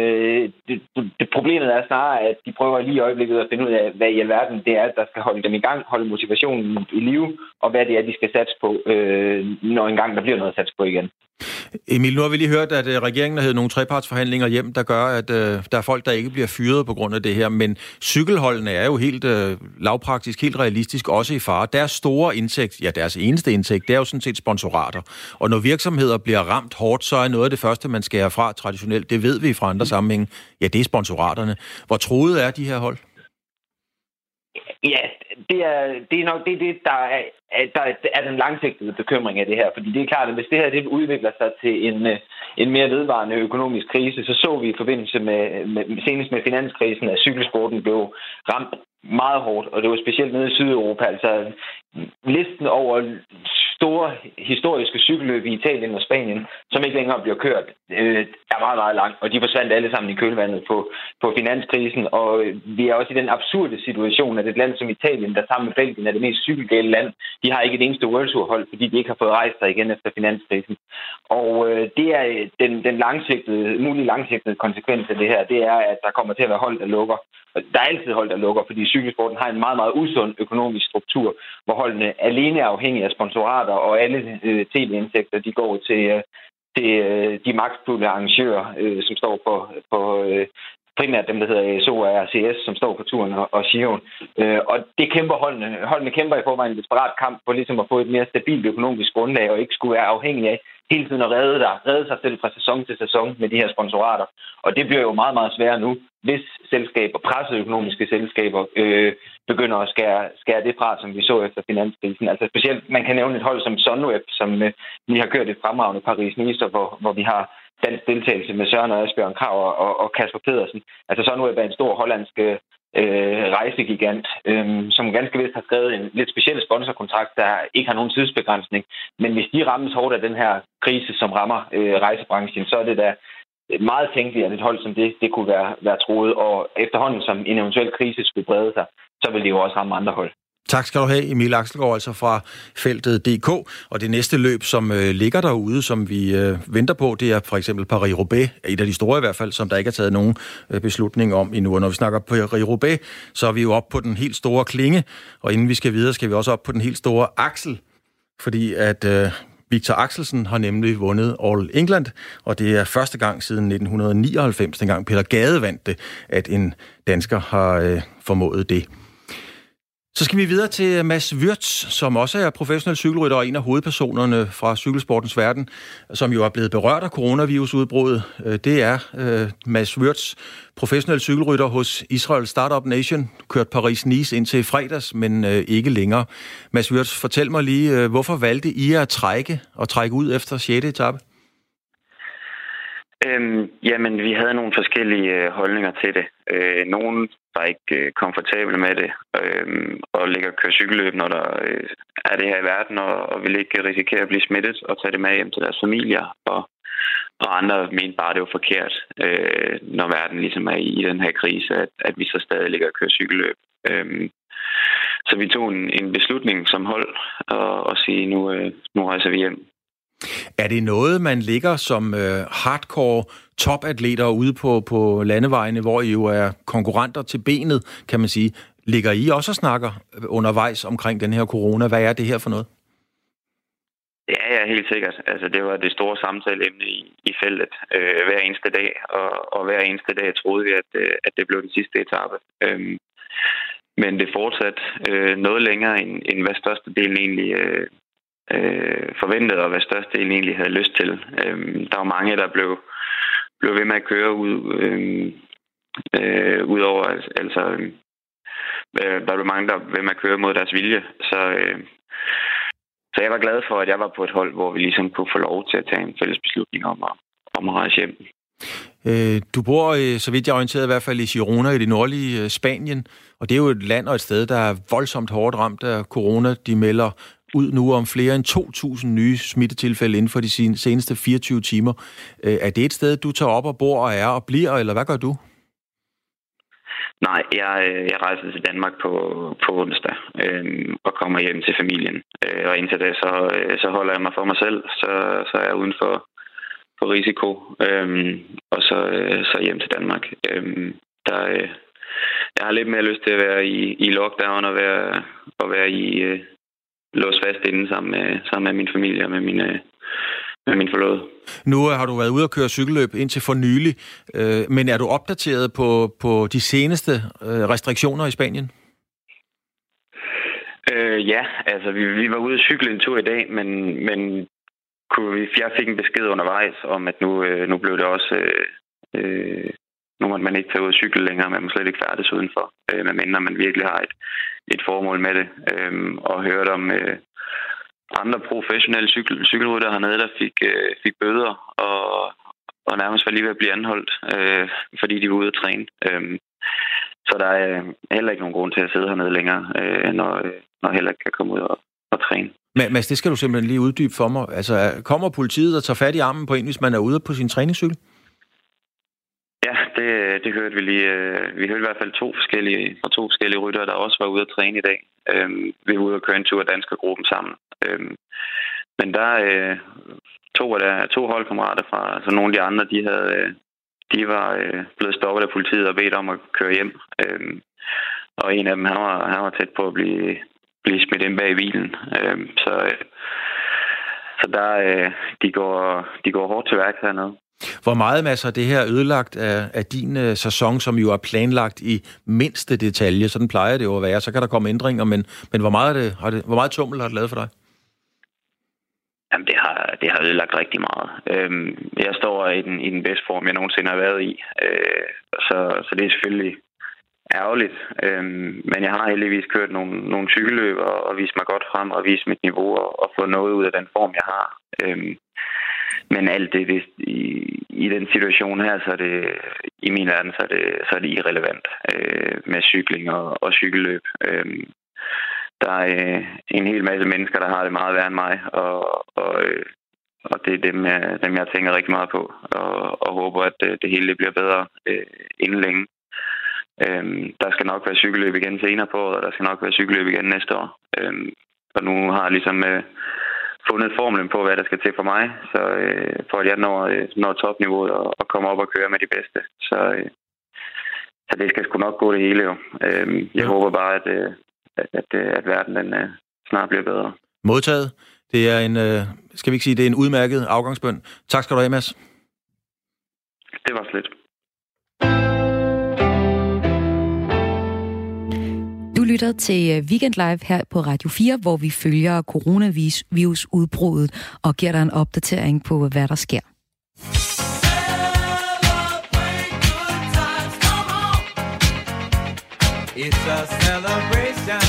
Det problemet er snarere, at de prøver lige i øjeblikket at finde ud af, hvad i alverden det er, der skal holde dem i gang, holde motivationen i live, og hvad det er, de skal satse på, når engang der bliver noget at satse på igen. Emil, nu har vi lige hørt, at regeringen har hævet nogle trepartsforhandlinger hjem, der gør, at der er folk, der ikke bliver fyret på grund af det her. Men cykelholdene er jo helt lavpraktisk, helt realistisk også i fare. Deres store indtægt, ja deres eneste indtægt, det er jo sådan set sponsorater. Og når virksomheder bliver ramt hårdt, så er noget af det første, man skærer fra traditionelt, det ved vi fra andre sammenhænge, ja det er sponsoraterne. Hvor truede er de her hold? Ja, det er nok det, der er den langsigtede bekymring af det her. Fordi det er klart, at hvis det her det udvikler sig til en mere vedvarende økonomisk krise, så vi i forbindelse med senest med finanskrisen, at cykelsporten blev ramt meget hårdt, og det var specielt nede i Sydeuropa. Altså listen over store historiske cykelløb i Italien og Spanien, som ikke længere bliver kørt, er meget, meget lang, og de forsvandt alle sammen i kølvandet på finanskrisen, og vi er også i den absurde situation, at et land som Italien, der sammen med Belgien er det mest cykelgale land, de har ikke et eneste World Tour hold, fordi de ikke har fået rejst sig igen efter finanskrisen. Og det er den mulige langsigtede konsekvens af det her, det er, at der kommer til at være hold, der lukker. Der er altid hold, der lukker, fordi cykelsporten har en meget, meget usund økonomisk struktur, hvor holdene alene er afhængige af sponsorater, og alle tv-indtægter, de går til de magtfulde arrangører, som står på primært dem, der hedder ASO og RCS, som står på turen og Giroen. Og det kæmper holdene kæmper i forvejen en desperat kamp for ligesom at få et mere stabilt økonomisk grundlag, og ikke skulle være afhængige af hele tiden at redde sig selv fra sæson til sæson med de her sponsorater. Og det bliver jo meget, meget sværere nu, hvis selskaber, presseøkonomiske selskaber, begynder at skære det fra, som vi så efter finanskrisen. Altså specielt, man kan nævne et hold som Sunweb, som lige har kørt et fremragende Paris-Nice, hvor vi har dansk deltagelse med Søren og Asbjørn Krag og Kasper Pedersen. Altså Sunweb er en stor hollandsk rejsegigant, som ganske vist har skrevet en lidt speciel sponsorkontrakt, der ikke har nogen tidsbegrænsning. Men hvis de rammes hårdt af den her krise, som rammer rejsebranchen, så er det da meget tænkeligt, at et hold som det kunne være truet. Og efterhånden, som en eventuel krise skulle brede sig, så vil det jo også ramme andre hold. Tak skal du have, Emil Axelgaard, altså fra feltet.dk. Og det næste løb, som ligger derude, som vi venter på, det er for eksempel Paris-Roubaix, et af de store i hvert fald, som der ikke er taget nogen beslutning om endnu. Og når vi snakker Paris-Roubaix, så er vi jo oppe på den helt store klinge, og inden vi skal videre, skal vi også op på den helt store aksel, fordi at Victor Axelsen har nemlig vundet All England, og det er første gang siden 1999, dengang Peter Gade vandt det, at en dansker har formået det. Så skal vi videre til Mads Wirtz, som også er professionel cykelrytter og en af hovedpersonerne fra cykelsportens verden, som jo er blevet berørt af coronavirusudbruddet. Det er Mads Wirtz, professionel cykelrytter hos Israel Startup Nation, kørt Paris-Nice indtil fredags, men ikke længere. Mads Wirtz, fortæl mig lige, hvorfor valgte I at trække ud efter 6. etape? Jamen, vi havde nogle forskellige holdninger til det. Nogen var ikke komfortable med det, og ligger og kører cykelløb, når der er det her i verden, og vil ikke risikere at blive smittet og tage det med hjem til deres familier. Og andre mente bare, det var forkert, når verden ligesom er i den her krise, at vi så stadig ligger og kører cykelløb. Så vi tog en beslutning som hold og sige, nu rejser vi hjem. Er det noget, man ligger som hardcore topatleter ude på landevejene, hvor I jo er konkurrenter til benet, kan man sige? Ligger I også og snakker undervejs omkring den her corona? Hvad er det her for noget? Ja, helt sikkert. Altså, det var det store samtaleemne i feltet hver eneste dag, og hver eneste dag troede vi, at det blev den sidste etape. Men det fortsatte noget længere, end hvad størstedelen egentlig forventet, og hvad størstedelen egentlig havde lyst til. Der var mange, der blev ved med at køre ud over, altså der blev mange, der blev ved med at køre mod deres vilje. Så jeg var glad for, at jeg var på et hold, hvor vi ligesom kunne få lov til at tage en fælles beslutning om at rejse hjem. Du bor, så vidt jeg er orienteret, i hvert fald i Girona i det nordlige Spanien, og det er jo et land og et sted, der er voldsomt hårdt ramt af corona. De melder ud nu om flere end 2.000 nye smittetilfælde inden for de seneste 24 timer. Er det et sted, du tager op og bor og er og bliver, eller hvad gør du? Nej, jeg rejser til Danmark på onsdag og kommer hjem til familien. Og indtil da, så holder jeg mig for mig selv, så er jeg uden for risiko, og så hjem til Danmark. Jeg har lidt mere lyst til at være i lockdown og være i låst fast inde sammen med min familie og med min forlovede. Nu har du været ude og køre cykelløb indtil for nylig, men er du opdateret på de seneste restriktioner i Spanien? Ja, altså vi var ude at cykle en tur i dag, men jeg fik en besked undervejs om, at nu blev det også nu måtte man ikke tage ud og cykle længere, man må slet ikke færdes udenfor, medmindre man virkelig har et formål med det. Og hørte om andre professionelle cykelryttere hernede, der fik bøder og nærmest var lige ved at blive anholdt, fordi de var ude at træne. Så der er heller ikke nogen grund til at sidde hernede længere, når heller ikke kan komme ud og træne. Men Mads, det skal du simpelthen lige uddybe for mig. Altså, kommer politiet og tager fat i armen på en, hvis man er ude på sin træningscykel? Ja, det hørte vi lige. Vi hørte i hvert fald to forskellige ryttere, der også var ude at træne i dag. Vi var ude at køre en tur af danskergruppen sammen. Men der to holdkammerater fra altså nogle af de andre, de var blevet stoppet af politiet og bedt om at køre hjem. Og en af dem, han var tæt på at blive smidt ind bag bilen. Så der, de går hårdt til værks hernede. Hvor meget, Mads, har det her ødelagt af din sæson, som jo er planlagt i mindste detalje? Sådan plejer det jo at være. Så kan der komme ændringer, men hvor meget tummel har det lavet for dig? Jamen, det har ødelagt rigtig meget. Jeg står i den bedste form, jeg nogensinde har været i. Så det er selvfølgelig ærgerligt. Men jeg har heldigvis kørt nogle cykelløb og vist mig godt frem og vist mit niveau og fået noget ud af den form, jeg har. Men alt det i den situation her, så er det i min verden, så er det irrelevant med cykling og cykelløb. Der er en hel masse mennesker, der har det meget værre end mig, og det er dem, jeg tænker rigtig meget på, og håber, at det hele bliver bedre inden længe. Der skal nok være cykelløb igen senere på året, og der skal nok være cykelløb igen næste år. Og nu har jeg ligesom fundet formlen på, hvad der skal til for mig, så for at jeg når topniveauet og kommer op og kører med de bedste. Så det skal sgu nok gå det hele jo. Jeg håber bare, at verden den, snart bliver bedre. Modtaget. Det er skal vi ikke sige, det er en udmærket afgangsbøn. Tak skal du have, Mads. Det var slet. Du lytter til Weekend Live her på Radio 4, hvor vi følger coronavirusudbruddet og giver dig en opdatering på, hvad der sker. It's a celebration.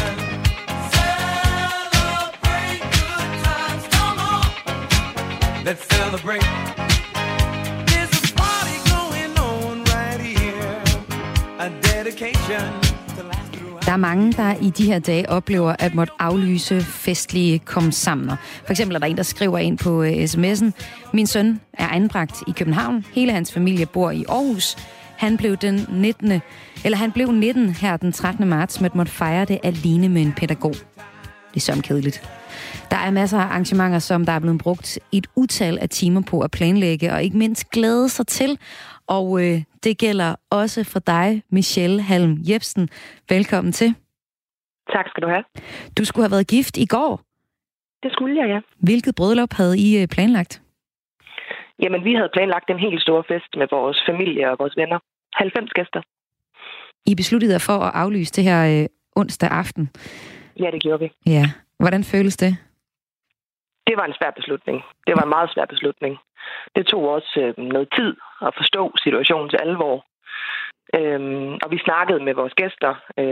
Celebrate good times, come on. Let's celebrate. There's a party going on right here. A dedication to last through. Der er mange, der i de her dage oplever at måtte aflyse festlige komsamner. For eksempel er der en, der skriver ind på sms'en: Min søn er anbragt i København. Hele hans familie bor i Aarhus. Han blev 19 her den 13. marts, men måtte fejre det alene med en pædagog. Det er sømkedeligt. Der er masser af arrangementer, som der er blevet brugt et utal af timer på at planlægge, og ikke mindst glæde sig til. Og det gælder også for dig, Michelle Halm Jepsen. Velkommen til. Tak skal du have. Du skulle have været gift i går. Det skulle jeg, ja. Hvilket bryllup havde I planlagt? Jamen, vi havde planlagt en helt stor fest med vores familie og vores venner. 90 gæster. I besluttede jer for at aflyse det her onsdag aften. Ja, det gjorde vi. Ja. Hvordan føles det? Det var en svær beslutning. Det var en meget svær beslutning. Det tog også noget tid at forstå situationens alvor. Og vi snakkede med vores gæster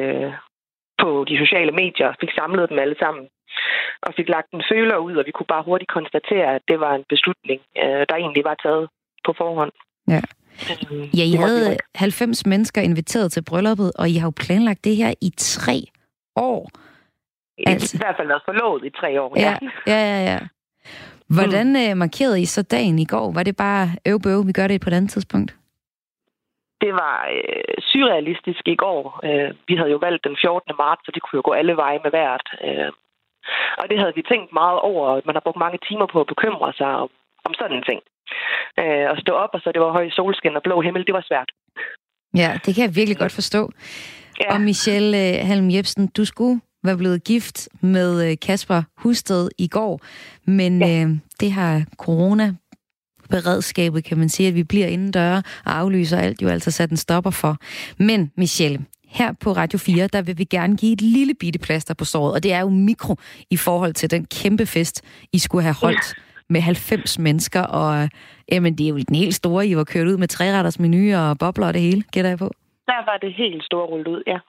på de sociale medier, fik samlet dem alle sammen og fik lagt en føler ud, og vi kunne bare hurtigt konstatere, at det var en beslutning, der egentlig var taget på forhånd. Ja. Ja, I havde 90 mennesker inviteret til brylluppet, og I har jo planlagt det her i 3 år. Altså. I hvert fald været forlovet i 3 år. Ja. Hvordan markerede I så dagen i går? Var det bare vi gør det på et andet tidspunkt? Det var surrealistisk i går. Vi havde jo valgt den 14. marts, så det kunne jo gå alle veje med hvert. Og det havde vi tænkt meget over. Man har brugt mange timer på at bekymre sig om sådan en ting. At stå op, og så det var høj solskin og blå himmel, det var svært. Ja, det kan jeg virkelig godt forstå. Ja. Og Michelle Halm Jepsen, du skulle være blevet gift med Kasper Husted i går, men det har corona-beredskabet, kan man sige, at vi bliver indendøre og aflyser alt, jo altså sat en stopper for. Men Michelle, her på Radio 4, der vil vi gerne give et lille bitte plaster på såret, og det er jo mikro i forhold til den kæmpe fest, I skulle have holdt med 90 mennesker, og jamen, det er jo den helt store, I var kørt ud med 3-retters menu og bobler og det hele, gætter jeg på? Der var det helt store rullet ud, ja.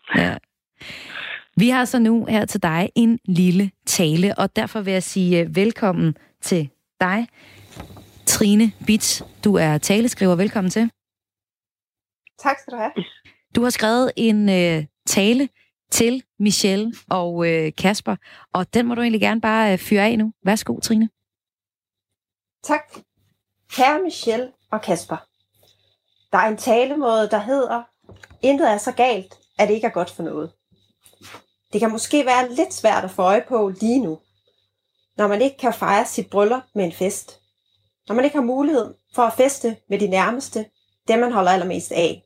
Vi har så nu her til dig en lille tale, og derfor vil jeg sige velkommen til dig, Trine Bitz. Du er taleskriver. Velkommen til. Tak skal du have. Du har skrevet en tale til Michelle og Kasper, og den må du egentlig gerne bare fyre af nu. Værsgo, Trine. Tak. Kære Michelle og Kasper. Der er en talemåde, der hedder: intet er så galt, at det ikke er godt for noget. Det kan måske være lidt svært at få øje på lige nu, når man ikke kan fejre sit bryllup med en fest. Når man ikke har mulighed for at feste med de nærmeste, dem man holder allermest af.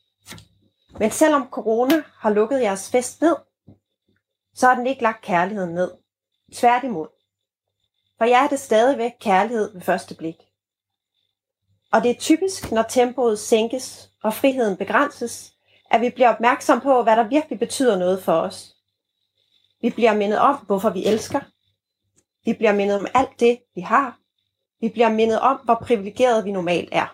Men selvom corona har lukket jeres fest ned, så har den ikke lagt kærligheden ned. Tværtimod. For jer er det stadigvæk kærlighed ved første blik. Og det er typisk, når tempoet sænkes og friheden begrænses, at vi bliver opmærksom på, hvad der virkelig betyder noget for os. Vi bliver mindet om, hvorfor vi elsker. Vi bliver mindet om alt det, vi har. Vi bliver mindet om, hvor privilegeret vi normalt er.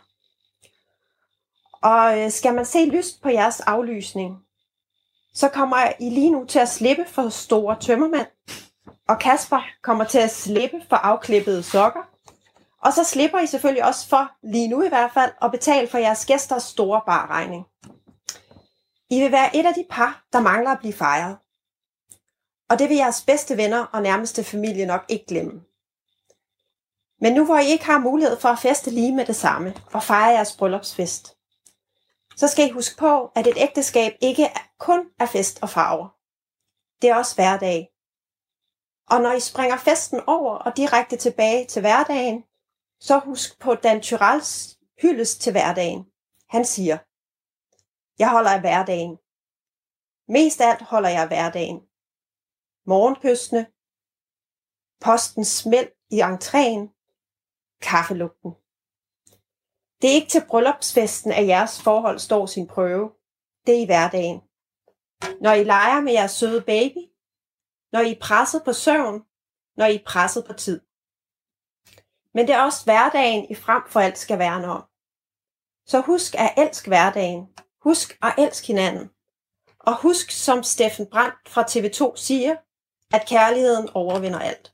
Og skal man se lyst på jeres aflysning, så kommer I lige nu til at slippe for store tømmermænd, og Kasper kommer til at slippe for afklippede sokker. Og så slipper I selvfølgelig også for, lige nu i hvert fald, at betale for jeres gæsters store barregning. I vil være et af de par, der mangler at blive fejret. Og det vil jeres bedste venner og nærmeste familie nok ikke glemme. Men nu hvor I ikke har mulighed for at feste lige med det samme og fejre jeres bryllupsfest, så skal I huske på, at et ægteskab ikke kun er fest og farver. Det er også hverdag. Og når I springer festen over og direkte tilbage til hverdagen, så husk på Dan Tyrells hyldest til hverdagen. Han siger, jeg holder af hverdagen. Mest af alt holder jeg af hverdagen. Morgenkystene, postens smæld i entréen, kaffelugten. Det er ikke til bryllupsfesten, at jeres forhold står sin prøve. Det er i hverdagen. Når I leger med jeres søde baby, når I er presset på søvn, når I er presset på tid. Men det er også hverdagen, I frem for alt skal værne om. Så husk at elske hverdagen. Husk at elske hinanden. Og husk, som Steffen Brandt fra TV2 siger, at kærligheden overvinder alt.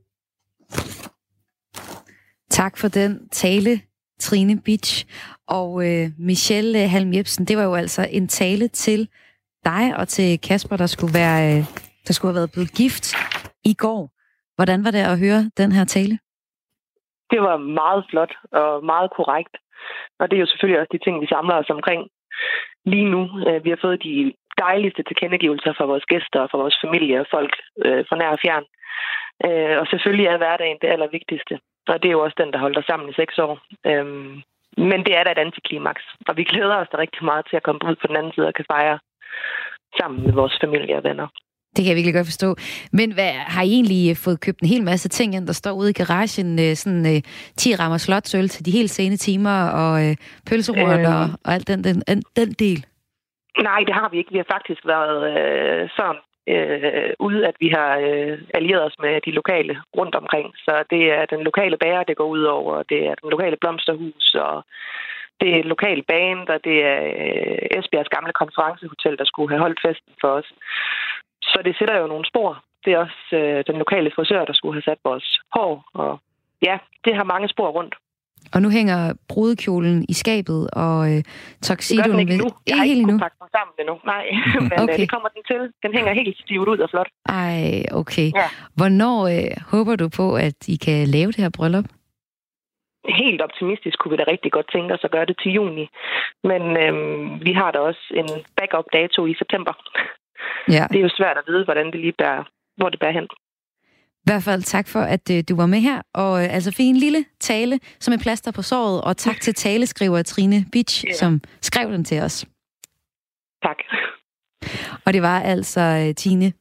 Tak for den tale, Trine Bitsch. Og Michelle Halm Jepsen, det var jo altså en tale til dig og til Kasper, der skulle have været blevet gift i går. Hvordan var det at høre den her tale? Det var meget flot og meget korrekt. Og det er jo selvfølgelig også de ting, vi samler os omkring lige nu. Vi har fået de dejligste tilkendegivelser fra vores gæster og fra vores familie og folk fra nær og fjern. Og selvfølgelig er hverdagen det allervigtigste. Og det er jo også den, der holdt os sammen i 6 år. Men det er da et antiklimaks. Og vi glæder os da rigtig meget til at komme ud på den anden side og kan fejre sammen med vores familie og venner. Det kan jeg virkelig godt forstå. Men har I egentlig fået købt en hel masse ting ind, der står ude i garagen? Sådan 10 rammer slotsøl til de helt sene timer, og pølserund og alt den del? Nej, det har vi ikke. Vi har faktisk været sådan ude, at vi har allieret os med de lokale rundt omkring. Så det er den lokale bager, det går ud over. Det er den lokale blomsterhus, og det er lokale band, og det er Esbjergs gamle konferencehotel, der skulle have holdt festen for os. Så det sætter jo nogle spor. Det er også den lokale frisør, der skulle have sat vores hår. Og ja, det har mange spor rundt. Og nu hænger brudekjolen i skabet, og tuxedoen... Det gør den ikke nu. Jeg har ikke nu. pakke mig sammen endnu. Nej, men okay. Det kommer den til. Den hænger helt stivet ud og flot. Ej, okay. Ja. Hvornår håber du på, at I kan lave det her bryllup? Helt optimistisk kunne vi da rigtig godt tænke os at gøre det til juni. Men vi har da også en backup-dato i september. Ja. Det er jo svært at vide, hvordan det lige bærer, hvor det bærer hen. I hvert fald tak for, at du var med her, og altså fik en lille tale som et plaster på såret, og tak til taleskriver Trine Bitsch, som skrev den til os. Tak. Og det var altså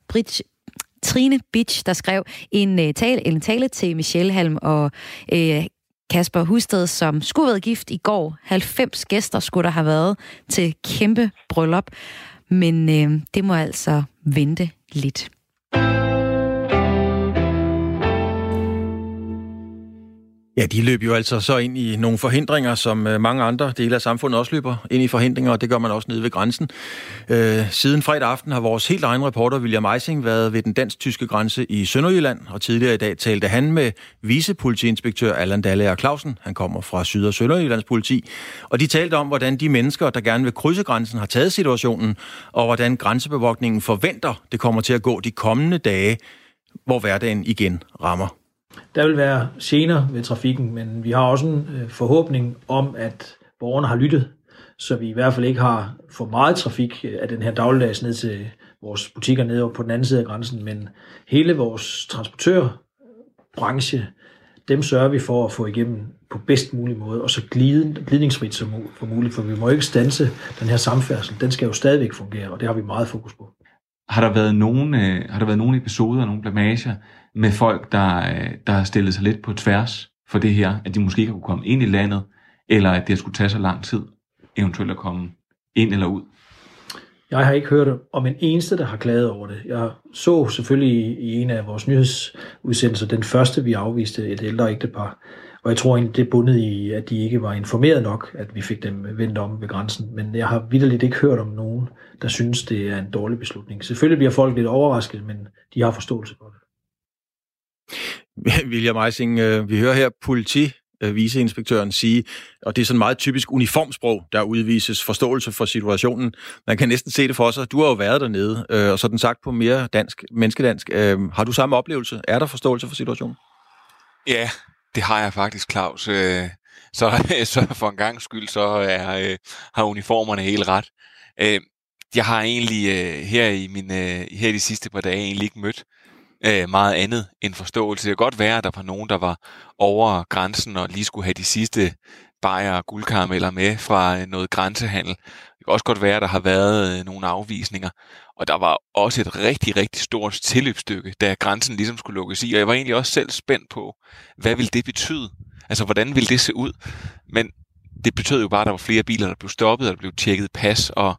Trine Bitsch, der skrev en tale til Michelle Halm og Kasper Husted, som skulle have været gift i går. 90 gæster skulle der have været til kæmpe bryllup, men det må altså vente lidt. Ja, de løber jo altså så ind i nogle forhindringer, som mange andre dele af samfundet også løber ind i forhindringer, og det gør man også nede ved grænsen. Siden fredag aften har vores helt egen reporter William Eising været ved den dansk-tyske grænse i Sønderjylland, og tidligere i dag talte han med vicepolitiinspektør Allan Dallager Clausen. Han kommer fra Syd- og Sønderjyllands politi, og de talte om, hvordan de mennesker, der gerne vil krydse grænsen, har taget situationen, og hvordan grænsebevogtningen forventer, det kommer til at gå de kommende dage, hvor hverdagen igen rammer. Der vil være gener ved trafikken, men vi har også en forhåbning om, at borgerne har lyttet, så vi i hvert fald ikke har for meget trafik af den her dagligdags ned til vores butikker nede på den anden side af grænsen, men hele vores transportørbranche, dem sørger vi for at få igennem på bedst mulig måde, og så glidningsfrit som muligt, for vi må ikke standse den her samfærdsel. Den skal jo stadigvæk fungere, og det har vi meget fokus på. Har der været nogle episoder, nogle blamager med folk, der har stillet sig lidt på tværs for det her, at de måske ikke har kunne komme ind i landet, eller at det skulle tage så lang tid, eventuelt at komme ind eller ud? Jeg har ikke hørt om en eneste, der har klaget over det. Jeg så selvfølgelig i en af vores nyhedsudsendelser, den første, vi afviste, et ældre ægtepar. Og jeg tror egentlig, det er bundet i, at de ikke var informeret nok, at vi fik dem vendt om ved grænsen. Men jeg har vitterligt ikke hørt om nogen, der synes, det er en dårlig beslutning. Selvfølgelig bliver folk lidt overrasket, men de har forståelse for det. William Eising, vi hører her viceinspektøren sige, og det er sådan meget typisk uniformsprog, der udvises forståelse for situationen. Man kan næsten se det for sig. Du har jo været dernede, og sådan sagt på mere menneskedansk. Har du samme oplevelse? Er der forståelse for situationen? Ja, det har jeg faktisk, Claus. Så for en gang skyld, så har uniformerne helt ret. Jeg har egentlig her i de sidste par dage egentlig ikke mødt meget andet end forståelse. Det kan godt være, at der var nogen, der var over grænsen og lige skulle have de sidste bajer og guldkarameller med fra noget grænsehandel. Det kan også godt være, at der har været nogle afvisninger. Og der var også et rigtig, rigtig stort tilløbsstykke, da grænsen ligesom skulle lukkes i. Og jeg var egentlig også selv spændt på, hvad ville det betyde? Altså, hvordan ville det se ud? Men det betød jo bare, at der var flere biler, der blev stoppet, og der blev tjekket pas, og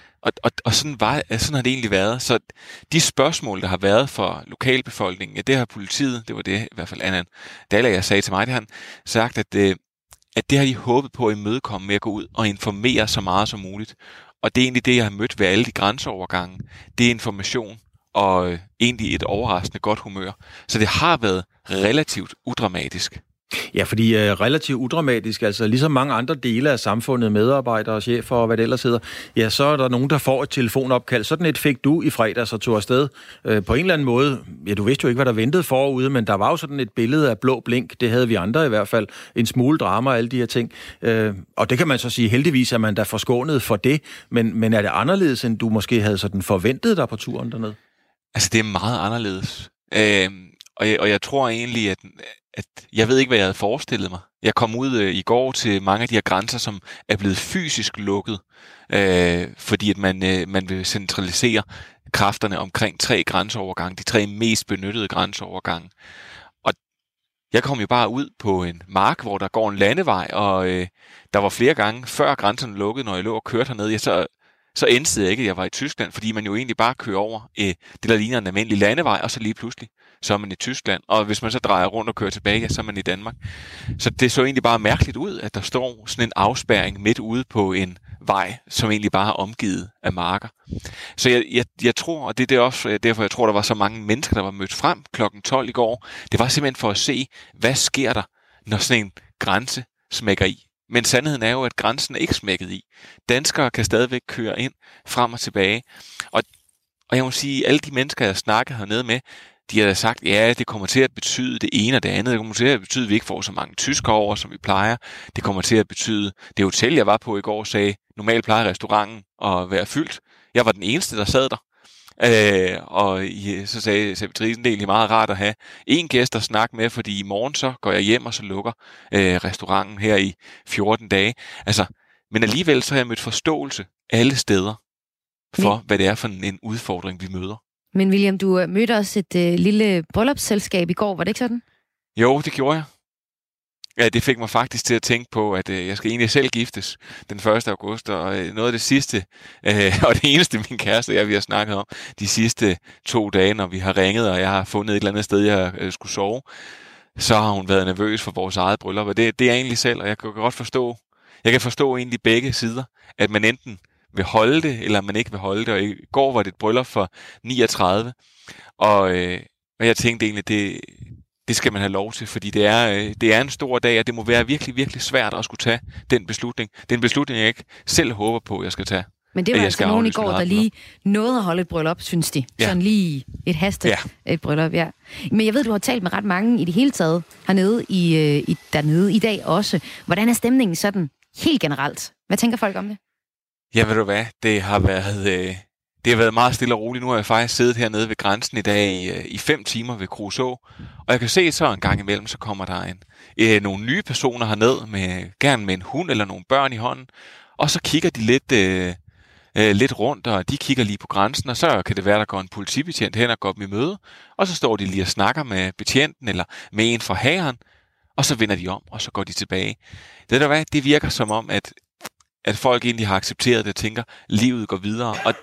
sådan har det egentlig været. Så de spørgsmål, der har været for lokalbefolkningen, ja, det har politiet, det var det i hvert fald Anna Dallager sagde til mig, det har han sagt, at det har de håbet på at imødekomme med at gå ud og informere så meget som muligt. Og det er egentlig det, jeg har mødt ved alle de grænseovergange. Det er information og egentlig et overraskende godt humør. Så det har været relativt udramatisk. Ja, fordi relativt udramatisk, altså ligesom mange andre dele af samfundet, medarbejdere, chefer og hvad det ellers hedder, ja, så er der nogen, der får et telefonopkald. Sådan et fik du i fredags og tog afsted på en eller anden måde. Ja, du vidste jo ikke, hvad der ventede forude, men der var jo sådan et billede af blå blink. Det havde vi andre i hvert fald. En smule drama og alle de her ting. Og det kan man så sige, heldigvis er man da forskånet for det. Men er det anderledes, end du måske havde sådan forventet dig på turen dernede? Altså, det er meget anderledes. Og jeg tror egentlig, at jeg ved ikke, hvad jeg havde forestillet mig. Jeg kom ud i går til mange af de her grænser, som er blevet fysisk lukket, fordi at man vil centralisere kræfterne omkring 3 grænseovergange, de 3 mest benyttede grænseovergange. Og jeg kom jo bare ud på en mark, hvor der går en landevej, og der var flere gange, før grænserne lukkede, når jeg lå og kørte hernede, så endte jeg ikke, at jeg var i Tyskland, fordi man jo egentlig bare kører over det, der ligner en almindelig landevej, og så lige pludselig, så er man i Tyskland. Og hvis man så drejer rundt og kører tilbage, så er man i Danmark. Så det så egentlig bare mærkeligt ud, at der står sådan en afspærring midt ude på en vej, som egentlig bare er omgivet af marker. Så jeg tror, og det er også derfor, jeg tror, der var så mange mennesker, der var mødt frem klokken 12 i går. Det var simpelthen for at se, hvad sker der, når sådan en grænse smækker i. Men sandheden er jo, at grænsen er ikke smækket i. Danskere kan stadigvæk køre ind, frem og tilbage. Og jeg må sige, alle de mennesker, jeg har snakket hernede med, de har da sagt, ja, det kommer til at betyde det ene og det andet. Det kommer til at betyde, at vi ikke får så mange tyskere over, som vi plejer. Det kommer til at betyde, det hotel, jeg var på i går, sagde, normalt plejer restauranten at være fyldt. Jeg var den eneste, der sad der. Så sagde servitrisen, det er egentlig meget rart at have en gæst at snakke med, fordi i morgen så går jeg hjem, og så lukker restauranten her i 14 dage. Altså, men alligevel så har jeg mødt forståelse alle steder for, hvad det er for en udfordring, vi møder. Men William, du mødte også et lille bryllupsselskab i går, var det ikke sådan? Jo, det gjorde jeg. Ja, det fik mig faktisk til at tænke på, at jeg skal egentlig selv giftes den 1. august, og noget af det sidste, og det eneste min kæreste vi har snakket om, de sidste 2 dage, når vi har ringet, og jeg har fundet et eller andet sted, jeg skulle sove, så har hun været nervøs for vores eget bryllup, og det er jeg egentlig selv, og jeg kan godt forstå egentlig begge sider, at man enten vil holde det, eller man ikke vil holde det, og i går var det et bryllup for 39, og jeg tænkte egentlig, det skal man have lov til, fordi det er en stor dag, og det må være virkelig, virkelig svært at skulle tage den beslutning. Det er en beslutning, jeg ikke selv håber på, jeg skal tage. Men det var altså nogen i går, der lige nåede at holde et bryllup, synes de. Ja. Sådan lige et bryllup, ja. Men jeg ved, du har talt med ret mange i det hele taget hernede dernede i dag også. Hvordan er stemningen sådan helt generelt? Hvad tænker folk om det? Ja, ved du hvad? Det har været meget stille og roligt. Nu har jeg faktisk siddet hernede ved grænsen i dag i 5 timer ved Kruså. Og jeg kan se så en gang imellem, så kommer der nogle nye personer herned, gerne med en hund eller nogle børn i hånden. Og så kigger de lidt rundt, og de kigger lige på grænsen, og så kan det være, der går en politibetjent hen og går dem i møde. Og så står de lige og snakker med betjenten eller med en fra hæren, og så vender de om, og så går de tilbage. Det virker som om, at folk egentlig har accepteret det og tænker, at livet går videre. Og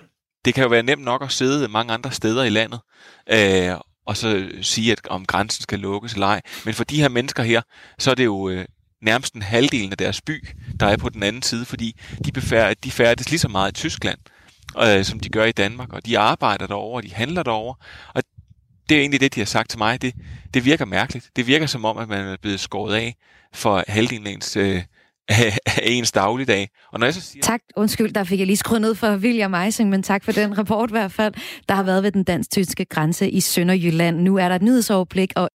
Det kan jo være nemt nok at sidde mange andre steder i landet, og så sige, at om grænsen skal lukkes eller ej. Men for de her mennesker her, så er det jo nærmest en halvdelen af deres by, der er på den anden side, fordi de færdes lige så meget i Tyskland, som de gør i Danmark, og de arbejder derovre, og de handler derovre. Og det er egentlig det, de har sagt til mig. Det virker mærkeligt. Det virker som om, at man er blevet skåret af for halvdelen af ens dagligdag. Og når jeg så siger... Tak, undskyld, der fik jeg lige skruet ned for William Eising, men tak for den rapport i hvert fald, der har været ved den dansk-tyske grænse i Sønderjylland. Nu er der et nyhedsoverblik, og